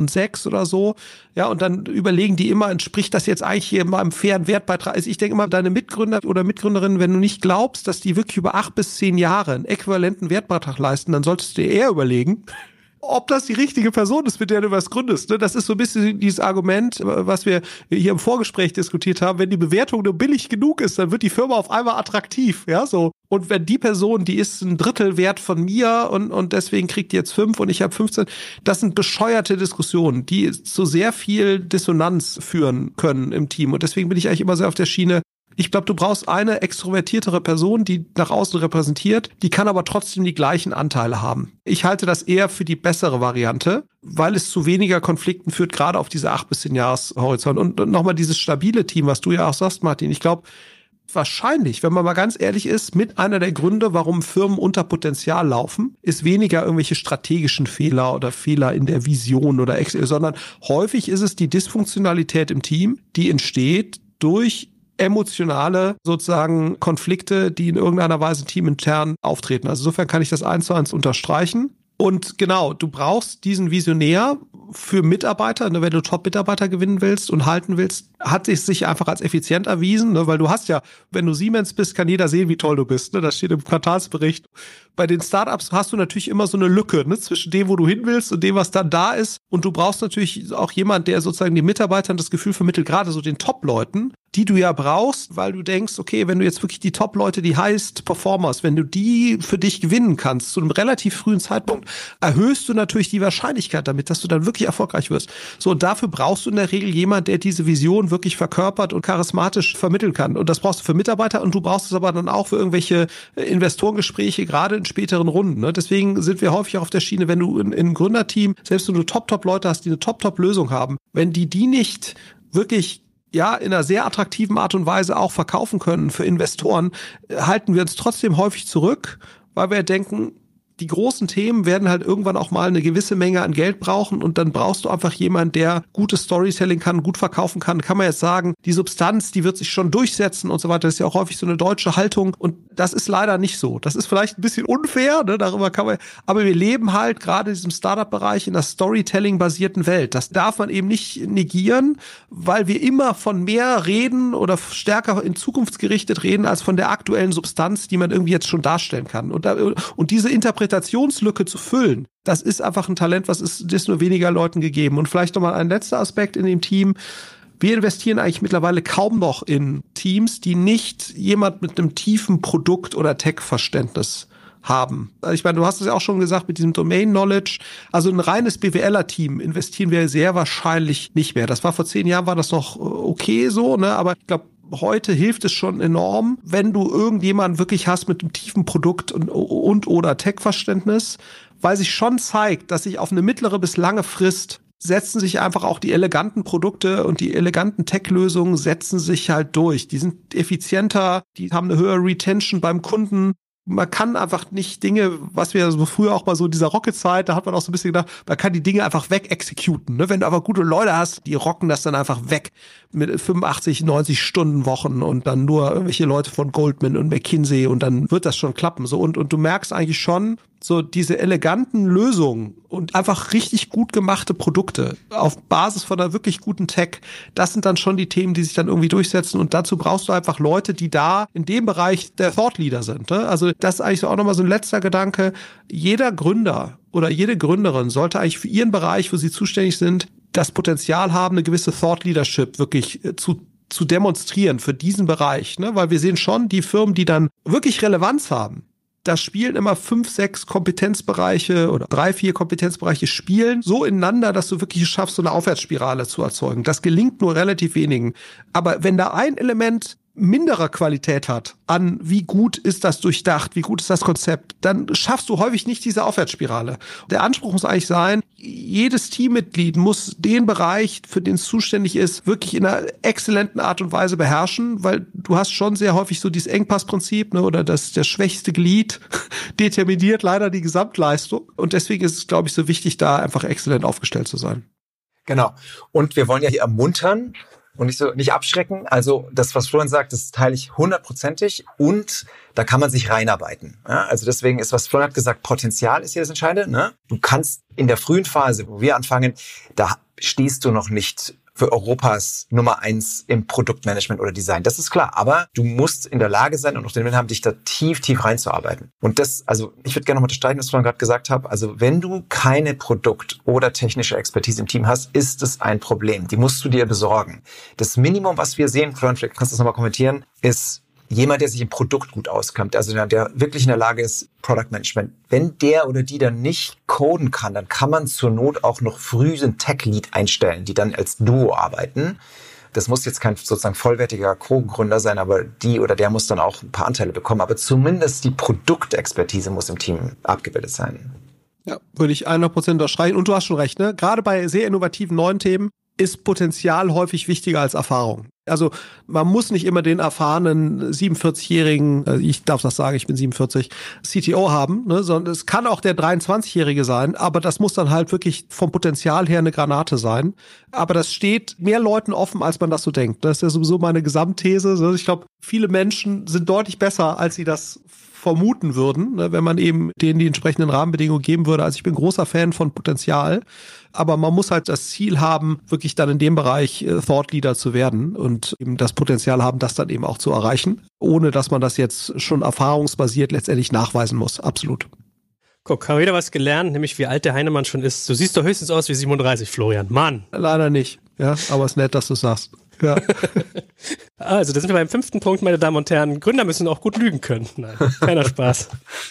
6 oder so, ja, und dann überlegen die immer, entspricht das jetzt eigentlich hier mal einem fairen Wertbeitrag? Also ich denke immer, deine Mitgründer oder Mitgründerinnen, wenn du nicht glaubst, dass die wirklich über 8 bis 10 Jahre einen äquivalenten Wertbeitrag leisten, dann solltest du dir eher überlegen, ob das die richtige Person ist, mit der du was gründest. Das ist so ein bisschen dieses Argument, was wir hier im Vorgespräch diskutiert haben. Wenn die Bewertung nur billig genug ist, dann wird die Firma auf einmal attraktiv. Ja, so. Und wenn die Person, die ist ein Drittel wert von mir und deswegen kriegt die jetzt 5 und ich habe 15, das sind bescheuerte Diskussionen, die zu sehr viel Dissonanz führen können im Team. Und deswegen bin ich eigentlich immer sehr auf der Schiene, ich glaube, du brauchst eine extrovertiertere Person, die nach außen repräsentiert, die kann aber trotzdem die gleichen Anteile haben. Ich halte das eher für die bessere Variante, weil es zu weniger Konflikten führt, gerade auf diese 8 bis 10 Jahreshorizont. Und nochmal dieses stabile Team, was du ja auch sagst, Martin, ich glaube, wahrscheinlich, wenn man mal ganz ehrlich ist, mit einer der Gründe, warum Firmen unter Potenzial laufen, ist weniger irgendwelche strategischen Fehler oder Fehler in der Vision oder sondern häufig ist es die Dysfunktionalität im Team, die entsteht durch emotionale sozusagen Konflikte, die in irgendeiner Weise teamintern auftreten. Also insofern kann ich das 1:1 unterstreichen. Und genau, du brauchst diesen Visionär für Mitarbeiter, ne, wenn du Top-Mitarbeiter gewinnen willst und halten willst, hat es sich einfach als effizient erwiesen, ne, weil du hast ja, wenn du Siemens bist, kann jeder sehen, wie toll du bist. Ne, das steht im Quartalsbericht. Bei den Startups hast du natürlich immer so eine Lücke, ne, zwischen dem, wo du hin willst und dem, was dann da ist. Und du brauchst natürlich auch jemand, der sozusagen den Mitarbeitern das Gefühl vermittelt, gerade so den Top-Leuten, die du ja brauchst, weil du denkst, okay, wenn du jetzt wirklich die Top-Leute, die Highest Performers, wenn du die für dich gewinnen kannst, zu einem relativ frühen Zeitpunkt, erhöhst du natürlich die Wahrscheinlichkeit damit, dass du dann wirklich erfolgreich wirst. So, und dafür brauchst du in der Regel jemand, der diese Vision wirklich verkörpert und charismatisch vermitteln kann. Und das brauchst du für Mitarbeiter und du brauchst es aber dann auch für irgendwelche Investorengespräche, gerade in späteren Runden. Ne? Deswegen sind wir häufig auch auf der Schiene, wenn du in einem Gründerteam, selbst wenn du Top-Leute hast, die eine Top-Lösung haben, wenn die nicht wirklich ja in einer sehr attraktiven Art und Weise auch verkaufen können für Investoren, halten wir uns trotzdem häufig zurück, weil wir denken, die großen Themen werden halt irgendwann auch mal eine gewisse Menge an Geld brauchen und dann brauchst du einfach jemanden, der gutes Storytelling kann, gut verkaufen kann. Kann man jetzt sagen, die Substanz, die wird sich schon durchsetzen und so weiter. Das ist ja auch häufig so eine deutsche Haltung und das ist leider nicht so. Das ist vielleicht ein bisschen unfair, ne? Darüber kann man, aber wir leben halt gerade in diesem Startup-Bereich in der Storytelling-basierten Welt. Das darf man eben nicht negieren, weil wir immer von mehr reden oder stärker in zukunftsgerichtet reden, als von der aktuellen Substanz, die man irgendwie jetzt schon darstellen kann. Und diese Interpretationslücke zu füllen, das ist einfach ein Talent, was ist nur weniger Leuten gegeben. Und vielleicht nochmal ein letzter Aspekt in dem Team. Wir investieren eigentlich mittlerweile kaum noch in Teams, die nicht jemand mit einem tiefen Produkt- oder Tech-Verständnis haben. Also ich meine, du hast es ja auch schon gesagt mit diesem Domain-Knowledge. Also ein reines BWLer-Team investieren wir sehr wahrscheinlich nicht mehr. Das war vor 10 Jahren, war das noch okay so, ne? Aber ich glaube, heute hilft es schon enorm, wenn du irgendjemanden wirklich hast mit einem tiefen Produkt und oder Tech-Verständnis, weil sich schon zeigt, dass sich auf eine mittlere bis lange Frist setzen sich einfach auch die eleganten Produkte und die eleganten Tech-Lösungen setzen sich halt durch. Die sind effizienter, die haben eine höhere Retention beim Kunden. Man kann einfach nicht Dinge, was wir so früher auch mal so in dieser Rocket-Zeit, da hat man auch so ein bisschen gedacht, man kann die Dinge einfach weg-executen. Ne? Wenn du aber gute Leute hast, die rocken das dann einfach weg mit 85, 90 Stunden Wochen und dann nur irgendwelche Leute von Goldman und McKinsey und dann wird das schon klappen. So und du merkst eigentlich schon, so diese eleganten Lösungen und einfach richtig gut gemachte Produkte auf Basis von einer wirklich guten Tech, das sind dann schon die Themen, die sich dann irgendwie durchsetzen und dazu brauchst du einfach Leute, die da in dem Bereich der Thought Leader sind. Ne? Also das ist eigentlich so auch nochmal so ein letzter Gedanke. Jeder Gründer oder jede Gründerin sollte eigentlich für ihren Bereich, wo sie zuständig sind, das Potenzial haben, eine gewisse Thought Leadership wirklich zu demonstrieren für diesen Bereich. Ne? Weil wir sehen schon, die Firmen, die dann wirklich Relevanz haben, da spielen immer 5, 6 Kompetenzbereiche oder 3, 4 Kompetenzbereiche spielen so ineinander, dass du wirklich schaffst, so eine Aufwärtsspirale zu erzeugen. Das gelingt nur relativ wenigen. Aber wenn da ein Element minderer Qualität hat, an wie gut ist das durchdacht, wie gut ist das Konzept, dann schaffst du häufig nicht diese Aufwärtsspirale. Der Anspruch muss eigentlich sein, jedes Teammitglied muss den Bereich, für den es zuständig ist, wirklich in einer exzellenten Art und Weise beherrschen, weil du hast schon sehr häufig so dieses Engpassprinzip, ne, oder das schwächste Glied determiniert leider die Gesamtleistung. Und deswegen ist es, glaube ich, so wichtig, da einfach exzellent aufgestellt zu sein. Genau. Und wir wollen ja hier ermuntern und nicht abschrecken. Also das, was Florian sagt, das teile ich 100%ig und da kann man sich reinarbeiten. Ja, also deswegen ist, was Florian hat gesagt, Potenzial ist hier das Entscheidende. Ne? Du kannst in der frühen Phase, wo wir anfangen, da stehst du noch nicht für Europas Nummer 1 im Produktmanagement oder Design. Das ist klar. Aber du musst in der Lage sein und auch den Willen haben, dich da tief reinzuarbeiten. Und das, also ich würde gerne noch unterstreichen, was ich vorhin gerade gesagt habe. Also wenn du keine Produkt- oder technische Expertise im Team hast, ist es ein Problem. Die musst du dir besorgen. Das Minimum, was wir sehen, Florian, vielleicht kannst du das nochmal kommentieren, ist jemand, der sich im Produkt gut auskennt, also der wirklich in der Lage ist, Product Management. Wenn der oder die dann nicht coden kann, dann kann man zur Not auch noch früh einen Tech-Lead einstellen, die dann als Duo arbeiten. Das muss jetzt kein sozusagen vollwertiger Co-Gründer sein, aber die oder der muss dann auch ein paar Anteile bekommen. Aber zumindest die Produktexpertise muss im Team abgebildet sein. Ja, würde ich 100% unterstreichen. Und du hast schon recht, ne? Gerade bei sehr innovativen neuen Themen ist Potenzial häufig wichtiger als Erfahrung. Also man muss nicht immer den erfahrenen 47-jährigen, ich darf das sagen, ich bin 47, CTO haben, ne, sondern es kann auch der 23-jährige sein, aber das muss dann halt wirklich vom Potenzial her eine Granate sein. Aber das steht mehr Leuten offen, als man das so denkt. Das ist ja sowieso meine Gesamtthese. Ich glaube, viele Menschen sind deutlich besser, als sie das vermuten würden, ne, wenn man eben denen die entsprechenden Rahmenbedingungen geben würde. Also ich bin großer Fan von Potenzial, aber man muss halt das Ziel haben, wirklich dann in dem Bereich Thought Leader zu werden und eben das Potenzial haben, das dann eben auch zu erreichen, ohne dass man das jetzt schon erfahrungsbasiert letztendlich nachweisen muss. Absolut. Guck, haben wir wieder was gelernt, nämlich wie alt der Heinemann schon ist. Du siehst doch höchstens aus wie 37, Florian. Mann. Leider nicht, ja, aber es ist nett, dass du es sagst. Ja. Also, da sind wir beim 5. Punkt, meine Damen und Herren. Gründer müssen auch gut lügen können. Nein, keiner Spaß.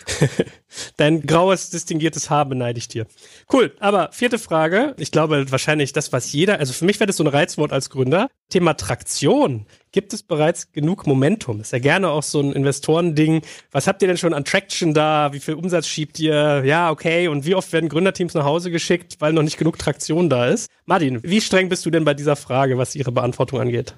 Dein graues, distinguiertes Haar beneide ich dir. Cool, aber 4. Frage. Ich glaube wahrscheinlich das, was jeder, also für mich wäre das so ein Reizwort als Gründer. Thema Traktion. Gibt es bereits genug Momentum? Ist ja gerne auch so ein Investorending. Was habt ihr denn schon an Traction da? Wie viel Umsatz schiebt ihr? Ja, okay. Und wie oft werden Gründerteams nach Hause geschickt, weil noch nicht genug Traktion da ist? Martin, wie streng bist du denn bei dieser Frage, was ihre Beantwortung angeht?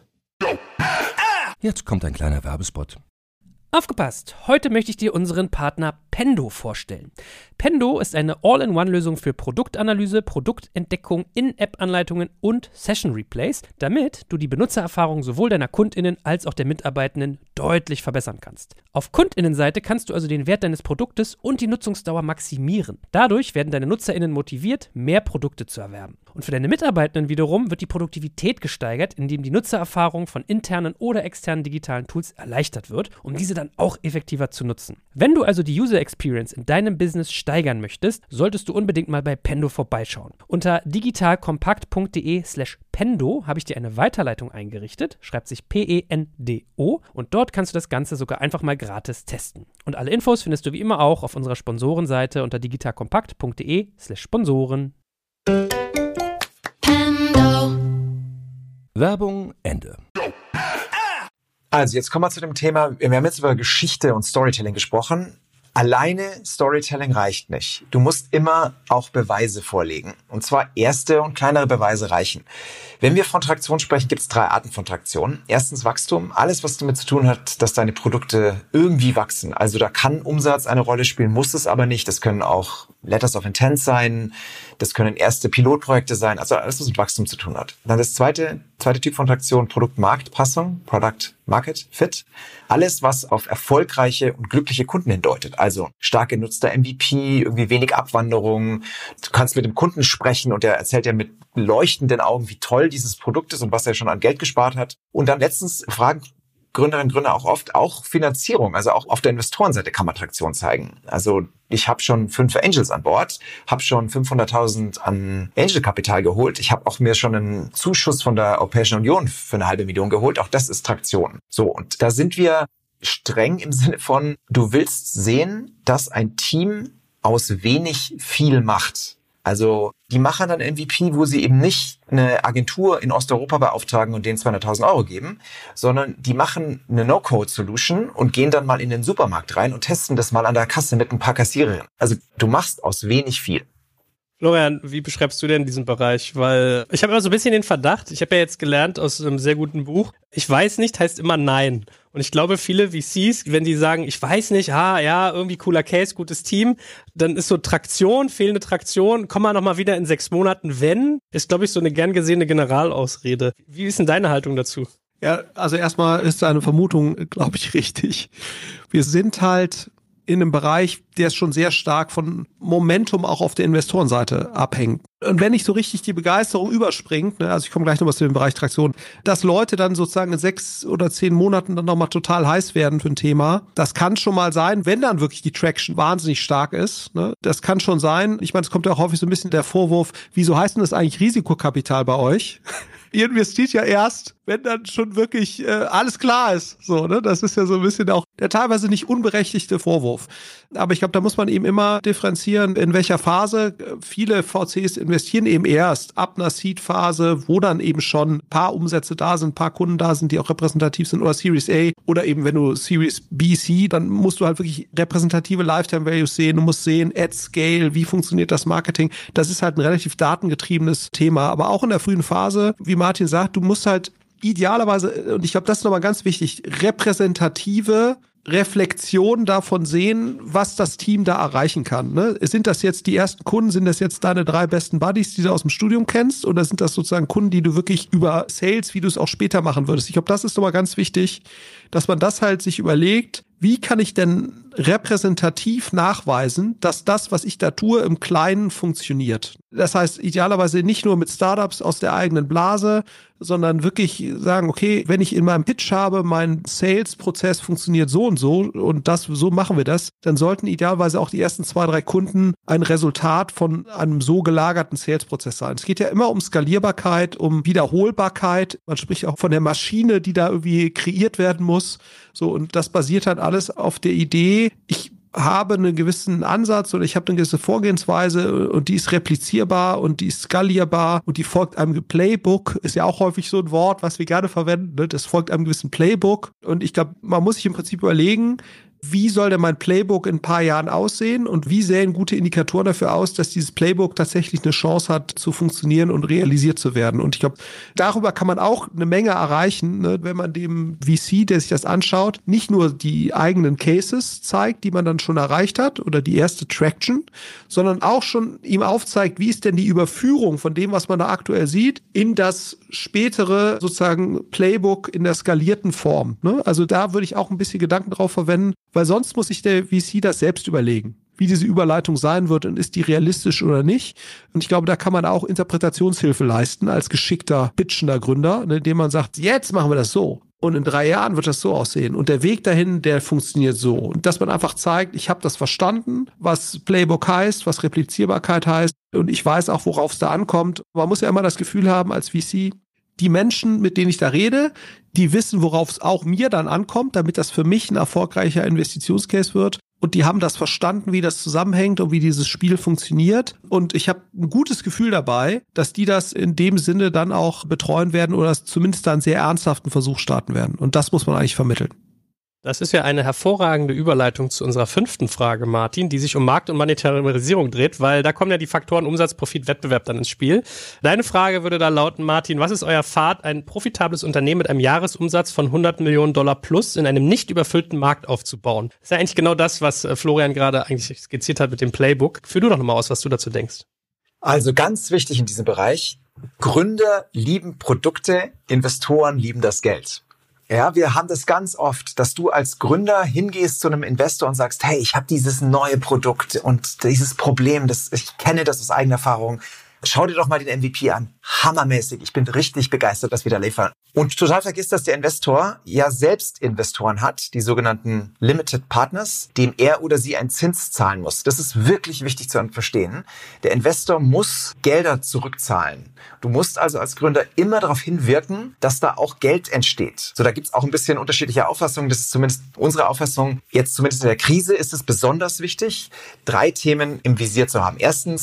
Jetzt kommt ein kleiner Werbespot. Aufgepasst! Heute möchte ich dir unseren Partner Pendo vorstellen. Pendo ist eine All-in-One-Lösung für Produktanalyse, Produktentdeckung, In-App-Anleitungen und Session-Replays, damit du die Benutzererfahrung sowohl deiner KundInnen als auch der Mitarbeitenden deutlich verbessern kannst. Auf KundInnenseite kannst du also den Wert deines Produktes und die Nutzungsdauer maximieren. Dadurch werden deine NutzerInnen motiviert, mehr Produkte zu erwerben. Und für deine Mitarbeitenden wiederum wird die Produktivität gesteigert, indem die Nutzererfahrung von internen oder externen digitalen Tools erleichtert wird, um diese dann auch effektiver zu nutzen. Wenn du also die User Experience in deinem Business steigern möchtest, solltest du unbedingt mal bei Pendo vorbeischauen. Unter digitalkompakt.de/Pendo habe ich dir eine Weiterleitung eingerichtet, schreibt sich Pendo, und dort kannst du das Ganze sogar einfach mal gratis testen. Und alle Infos findest du wie immer auch auf unserer Sponsorenseite unter digitalkompakt.de/Sponsoren. Werbung Ende. Also jetzt kommen wir zu dem Thema, wir haben jetzt über Geschichte und Storytelling gesprochen. Alleine Storytelling reicht nicht. Du musst immer auch Beweise vorlegen. Und zwar erste und kleinere Beweise reichen. Wenn wir von Traktion sprechen, gibt es 3 Arten von Traktion. Erstens Wachstum. Alles, was damit zu tun hat, dass deine Produkte irgendwie wachsen. Also da kann Umsatz eine Rolle spielen, muss es aber nicht. Das können auch Letters of Intent sein. Das können erste Pilotprojekte sein. Also alles, was mit Wachstum zu tun hat. Dann das zweite Typ von Traktion, Produkt-Markt-Passung, Product-Market-Fit. Alles, was auf erfolgreiche und glückliche Kunden hindeutet. Also stark genutzter MVP, irgendwie wenig Abwanderung. Du kannst mit dem Kunden sprechen und er erzählt dir mit leuchtenden Augen, wie toll dieses Produkt ist und was er schon an Geld gespart hat. Und dann letztens fragen Gründerinnen und Gründer auch oft, auch Finanzierung, also auch auf der Investorenseite kann man Traktion zeigen. Also ich habe schon 5 Angels an Bord, habe schon 500.000 an Angelkapital geholt. Ich habe auch mir schon einen Zuschuss von der Europäischen Union für 500.000 geholt. Auch das ist Traktion. So, und da sind wir streng im Sinne von, du willst sehen, dass ein Team aus wenig viel macht. Also die machen dann MVP, wo sie eben nicht eine Agentur in Osteuropa beauftragen und denen 200.000 Euro geben, sondern die machen eine No-Code-Solution und gehen dann mal in den Supermarkt rein und testen das mal an der Kasse mit ein paar Kassiererinnen. Also du machst aus wenig viel. Florian, wie beschreibst du denn diesen Bereich? Weil ich habe immer so ein bisschen den Verdacht, ich habe ja jetzt gelernt aus einem sehr guten Buch, ich weiß nicht heißt immer nein. Und ich glaube, viele VCs, wenn die sagen, ich weiß nicht, irgendwie cooler Case, gutes Team, dann ist so Traktion, fehlende Traktion, komm mal nochmal wieder in 6 Monaten, wenn, ist, glaube ich, so eine gern gesehene Generalausrede. Wie ist denn deine Haltung dazu? Ja, also erstmal ist deine Vermutung, glaube ich, richtig. Wir sind halt in einem Bereich, der ist schon sehr stark von Momentum auch auf der Investorenseite abhängt. Und wenn nicht so richtig die Begeisterung überspringt, ne, also ich komme gleich nochmal zu dem Bereich Traktion, dass Leute dann sozusagen in 6 oder 10 Monaten dann nochmal total heiß werden für ein Thema, das kann schon mal sein, wenn dann wirklich die Traction wahnsinnig stark ist. Ne, das kann schon sein. Ich meine, es kommt ja auch häufig so ein bisschen der Vorwurf, wieso heißt denn das eigentlich Risikokapital bei euch? Ihr investiert ja erst, wenn dann schon wirklich alles klar ist. So, ne? Das ist ja so ein bisschen auch der teilweise nicht unberechtigte Vorwurf. Aber ich glaube, da muss man eben immer differenzieren, in welcher Phase. Viele VCs investieren eben erst ab einer Seed-Phase, wo dann eben schon ein paar Umsätze da sind, ein paar Kunden da sind, die auch repräsentativ sind, oder Series A. Oder eben, wenn du Series B, C, dann musst du halt wirklich repräsentative Lifetime Values sehen. Du musst sehen, at Scale, wie funktioniert das Marketing. Das ist halt ein relativ datengetriebenes Thema. Aber auch in der frühen Phase, wie Martin sagt, du musst halt idealerweise, und ich glaube, das ist nochmal ganz wichtig, repräsentative Reflexion davon sehen, was das Team da erreichen kann. Ne? Sind das jetzt die ersten Kunden, sind das jetzt deine 3 besten Buddies, die du aus dem Studium kennst, oder sind das sozusagen Kunden, die du wirklich über Sales, wie du es auch später machen würdest? Ich glaube, das ist nochmal ganz wichtig, dass man das halt sich überlegt, wie kann ich denn repräsentativ nachweisen, dass das, was ich da tue, im Kleinen funktioniert. Das heißt, idealerweise nicht nur mit Startups aus der eigenen Blase, sondern wirklich sagen, okay, wenn ich in meinem Pitch habe, mein Sales-Prozess funktioniert so und das, so machen wir das, dann sollten idealerweise auch die ersten 2, 3 Kunden ein Resultat von einem so gelagerten Sales-Prozess sein. Es geht ja immer um Skalierbarkeit, um Wiederholbarkeit. Man spricht auch von der Maschine, die da irgendwie kreiert werden muss. So, und das basiert halt alles auf der Idee, ich habe einen gewissen Ansatz oder ich habe eine gewisse Vorgehensweise und die ist replizierbar und die ist skalierbar und die folgt einem Playbook, ist ja auch häufig so ein Wort, was wir gerne verwenden, ne? Das folgt einem gewissen Playbook und ich glaube, man muss sich im Prinzip überlegen, wie soll denn mein Playbook in ein paar Jahren aussehen und wie sehen gute Indikatoren dafür aus, dass dieses Playbook tatsächlich eine Chance hat zu funktionieren und realisiert zu werden. Und ich glaube, darüber kann man auch eine Menge erreichen, ne, wenn man dem VC, der sich das anschaut, nicht nur die eigenen Cases zeigt, die man dann schon erreicht hat oder die erste Traction, sondern auch schon ihm aufzeigt, wie ist denn die Überführung von dem, was man da aktuell sieht, in das spätere sozusagen Playbook in der skalierten Form. Ne? Also da würde ich auch ein bisschen Gedanken drauf verwenden, weil sonst muss sich der VC das selbst überlegen, wie diese Überleitung sein wird und ist die realistisch oder nicht. Und ich glaube, da kann man auch Interpretationshilfe leisten als geschickter, pitchender Gründer, indem man sagt, jetzt machen wir das so. Und in 3 Jahren wird das so aussehen. Und der Weg dahin, der funktioniert so. Und dass man einfach zeigt, ich habe das verstanden, was Playbook heißt, was Replizierbarkeit heißt. Und ich weiß auch, worauf es da ankommt. Man muss ja immer das Gefühl haben als VC, die Menschen, mit denen ich da rede, die wissen, worauf es auch mir dann ankommt, damit das für mich ein erfolgreicher Investitionscase wird. Und die haben das verstanden, wie das zusammenhängt und wie dieses Spiel funktioniert. Und ich habe ein gutes Gefühl dabei, dass die das in dem Sinne dann auch betreuen werden oder zumindest da einen sehr ernsthaften Versuch starten werden. Und das muss man eigentlich vermitteln. Das ist ja eine hervorragende Überleitung zu unserer 5. Frage, Martin, die sich um Markt- und Monetarisierung dreht, weil da kommen ja die Faktoren Umsatz, Profit, Wettbewerb dann ins Spiel. Deine Frage würde da lauten, Martin, was ist euer Pfad, ein profitables Unternehmen mit einem Jahresumsatz von $100 Millionen plus in einem nicht überfüllten Markt aufzubauen? Das ist ja eigentlich genau das, was Florian gerade eigentlich skizziert hat mit dem Playbook. Führ du doch nochmal aus, was du dazu denkst. Also ganz wichtig in diesem Bereich, Gründer lieben Produkte, Investoren lieben das Geld. Ja, wir haben das ganz oft, dass du als Gründer hingehst zu einem Investor und sagst, hey, ich habe dieses neue Produkt und dieses Problem, ich kenne das aus eigener Erfahrung. Schau dir doch mal den MVP an. Hammermäßig. Ich bin richtig begeistert, dass wir da liefern. Und total vergisst, dass der Investor ja selbst Investoren hat, die sogenannten Limited Partners, dem er oder sie einen Zins zahlen muss. Das ist wirklich wichtig zu verstehen. Der Investor muss Gelder zurückzahlen. Du musst also als Gründer immer darauf hinwirken, dass da auch Geld entsteht. So, da gibt's auch ein bisschen unterschiedliche Auffassungen. Das ist zumindest unsere Auffassung. Jetzt zumindest in der Krise ist es besonders wichtig, 3 Themen im Visier zu haben. Erstens,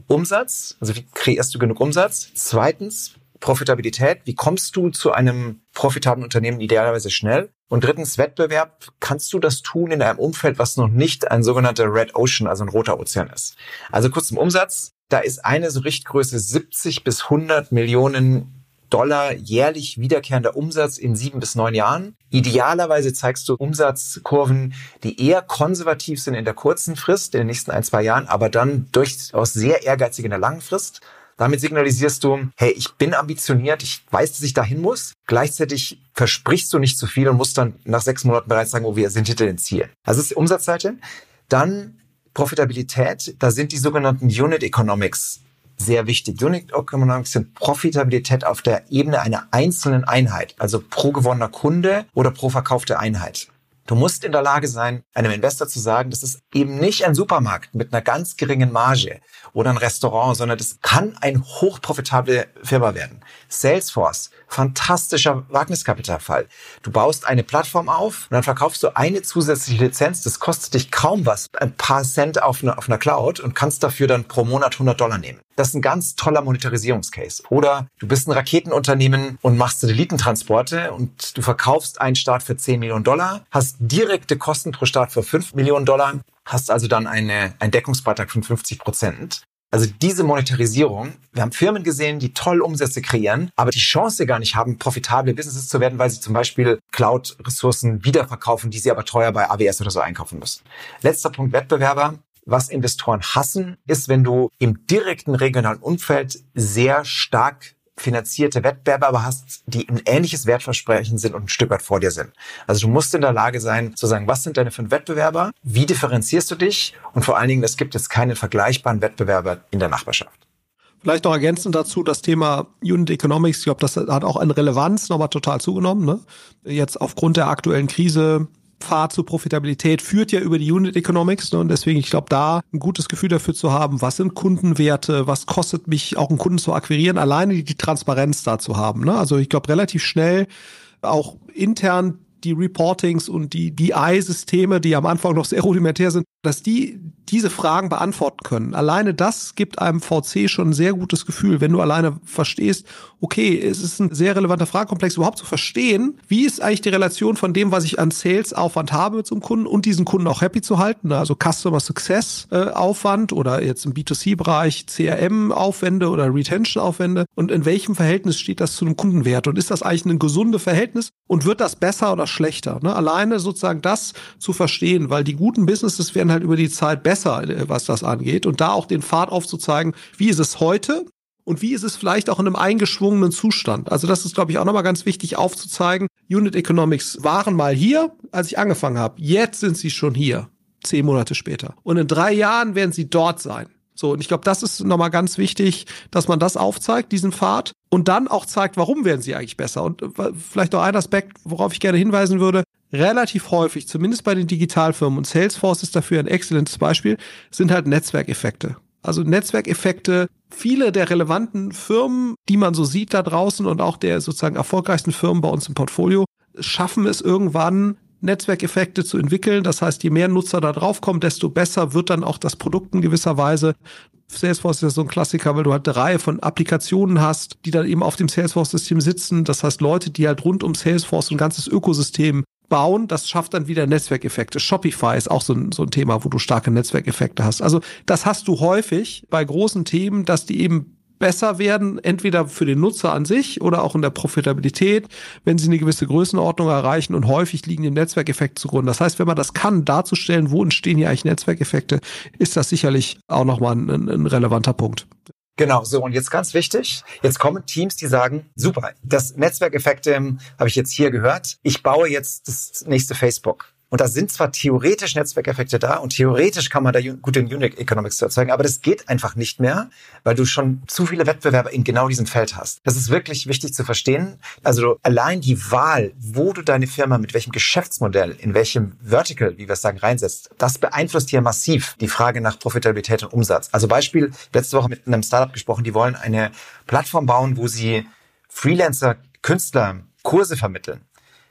Umsatz, also wie kreierst du genug Umsatz? Zweitens, Profitabilität, wie kommst du zu einem profitablen Unternehmen idealerweise schnell? Und drittens, Wettbewerb, kannst du das tun in einem Umfeld, was noch nicht ein sogenannter Red Ocean, also ein roter Ozean ist? Also kurz zum Umsatz, da ist eine so Richtgröße 70 bis 100 Millionen Dollar jährlich wiederkehrender Umsatz in 7 bis 9 Jahren. Idealerweise zeigst du Umsatzkurven, die eher konservativ sind in der kurzen Frist, in den nächsten 1-2 Jahren, aber dann durchaus sehr ehrgeizig in der langen Frist. Damit signalisierst du, hey, ich bin ambitioniert, ich weiß, dass ich dahin muss. Gleichzeitig versprichst du nicht zu viel und musst dann nach 6 Monaten bereits sagen, wir sind hinter den Zielen. Also das ist die Umsatzseite. Dann Profitabilität, da sind die sogenannten Unit Economics sehr wichtig. Unit Economics sind Profitabilität auf der Ebene einer einzelnen Einheit, also pro gewonnener Kunde oder pro verkaufte Einheit. Du musst in der Lage sein, einem Investor zu sagen, das ist eben nicht ein Supermarkt mit einer ganz geringen Marge oder ein Restaurant, sondern das kann eine hochprofitable Firma werden. Salesforce, fantastischer Wagniskapitalfall. Du baust eine Plattform auf und dann verkaufst du eine zusätzliche Lizenz, das kostet dich kaum was, ein paar Cent auf einer Cloud und kannst dafür dann pro Monat $100 nehmen. Das ist ein ganz toller Monetarisierungscase. Oder du bist ein Raketenunternehmen und machst Satellitentransporte und du verkaufst einen Start für $10 Millionen, hast direkte Kosten pro Start für $5 Millionen, hast also dann einen Deckungsbeitrag von 50%. Also diese Monetarisierung, wir haben Firmen gesehen, die toll Umsätze kreieren, aber die Chance gar nicht haben, profitable Businesses zu werden, weil sie zum Beispiel Cloud-Ressourcen wiederverkaufen, die sie aber teuer bei AWS oder so einkaufen müssen. Letzter Punkt, Wettbewerber. Was Investoren hassen, ist, wenn du im direkten regionalen Umfeld sehr stark finanzierte Wettbewerber hast, die ein ähnliches Wertversprechen sind und ein Stück weit vor dir sind. Also du musst in der Lage sein, zu sagen, was sind deine 5 Wettbewerber, wie differenzierst du dich und vor allen Dingen, es gibt jetzt keinen vergleichbaren Wettbewerber in der Nachbarschaft. Vielleicht noch ergänzend dazu das Thema Unit Economics. Ich glaube, das hat auch an Relevanz nochmal total zugenommen. Ne? Jetzt aufgrund der aktuellen Krise, Pfad zur Profitabilität führt ja über die Unit Economics, ne? Und deswegen, ich glaube, da ein gutes Gefühl dafür zu haben, was sind Kundenwerte, was kostet mich auch einen Kunden zu akquirieren, alleine die Transparenz da zu haben. Ne? Also ich glaube, relativ schnell auch intern die Reportings und die BI-Systeme, die am Anfang noch sehr rudimentär sind, dass die diese Fragen beantworten können. Alleine das gibt einem VC schon ein sehr gutes Gefühl, wenn du alleine verstehst, okay, es ist ein sehr relevanter Fragenkomplex, überhaupt zu verstehen, wie ist eigentlich die Relation von dem, was ich an Sales-Aufwand habe mit so einem Kunden und diesen Kunden auch happy zu halten, also Customer Success Aufwand oder jetzt im B2C-Bereich CRM-Aufwände oder Retention-Aufwände und in welchem Verhältnis steht das zu einem Kundenwert und ist das eigentlich ein gesundes Verhältnis und wird das besser oder schlechter? Ne? Alleine sozusagen das zu verstehen, weil die guten Businesses werden halt über die Zeit besser, was das angeht und da auch den Pfad aufzuzeigen, wie ist es heute und wie ist es vielleicht auch in einem eingeschwungenen Zustand. Also das ist, glaube ich, auch nochmal ganz wichtig aufzuzeigen. Unit Economics waren mal hier, als ich angefangen habe. Jetzt sind sie schon hier, 10 Monate später. Und in 3 Jahren werden sie dort sein. So, und ich glaube, das ist nochmal ganz wichtig, dass man das aufzeigt, diesen Pfad, und dann auch zeigt, warum werden sie eigentlich besser. Und vielleicht noch ein Aspekt, worauf ich gerne hinweisen würde, relativ häufig, zumindest bei den Digitalfirmen, und Salesforce ist dafür ein exzellentes Beispiel, sind halt Netzwerkeffekte. Also Netzwerkeffekte, viele der relevanten Firmen, die man so sieht da draußen und auch der sozusagen erfolgreichsten Firmen bei uns im Portfolio, schaffen es irgendwann, Netzwerkeffekte zu entwickeln. Das heißt, je mehr Nutzer da drauf kommen, desto besser wird dann auch das Produkt in gewisser Weise. Salesforce ist ja so ein Klassiker, weil du halt eine Reihe von Applikationen hast, die dann eben auf dem Salesforce-System sitzen. Das heißt, Leute, die halt rund um Salesforce ein ganzes Ökosystem bauen, das schafft dann wieder Netzwerkeffekte. Shopify ist auch so ein Thema, wo du starke Netzwerkeffekte hast. Also das hast du häufig bei großen Themen, dass die eben besser werden, entweder für den Nutzer an sich oder auch in der Profitabilität, wenn sie eine gewisse Größenordnung erreichen, und häufig liegen dem Netzwerkeffekt zugrunde. Das heißt, wenn man das kann, darzustellen, wo entstehen hier eigentlich Netzwerkeffekte, ist das sicherlich auch nochmal ein relevanter Punkt. Genau, so, und jetzt ganz wichtig, jetzt kommen Teams, die sagen, super, das Netzwerkeffekte habe ich jetzt hier gehört, ich baue jetzt das nächste Facebook. Und da sind zwar theoretisch Netzwerkeffekte da und theoretisch kann man da gute Unit Economics erzeugen, aber das geht einfach nicht mehr, weil du schon zu viele Wettbewerber in genau diesem Feld hast. Das ist wirklich wichtig zu verstehen. Also allein die Wahl, wo du deine Firma mit welchem Geschäftsmodell, in welchem Vertical, wie wir es sagen, reinsetzt, das beeinflusst hier massiv die Frage nach Profitabilität und Umsatz. Also Beispiel, letzte Woche mit einem Startup gesprochen, die wollen eine Plattform bauen, wo sie Freelancer, Künstler Kurse vermitteln.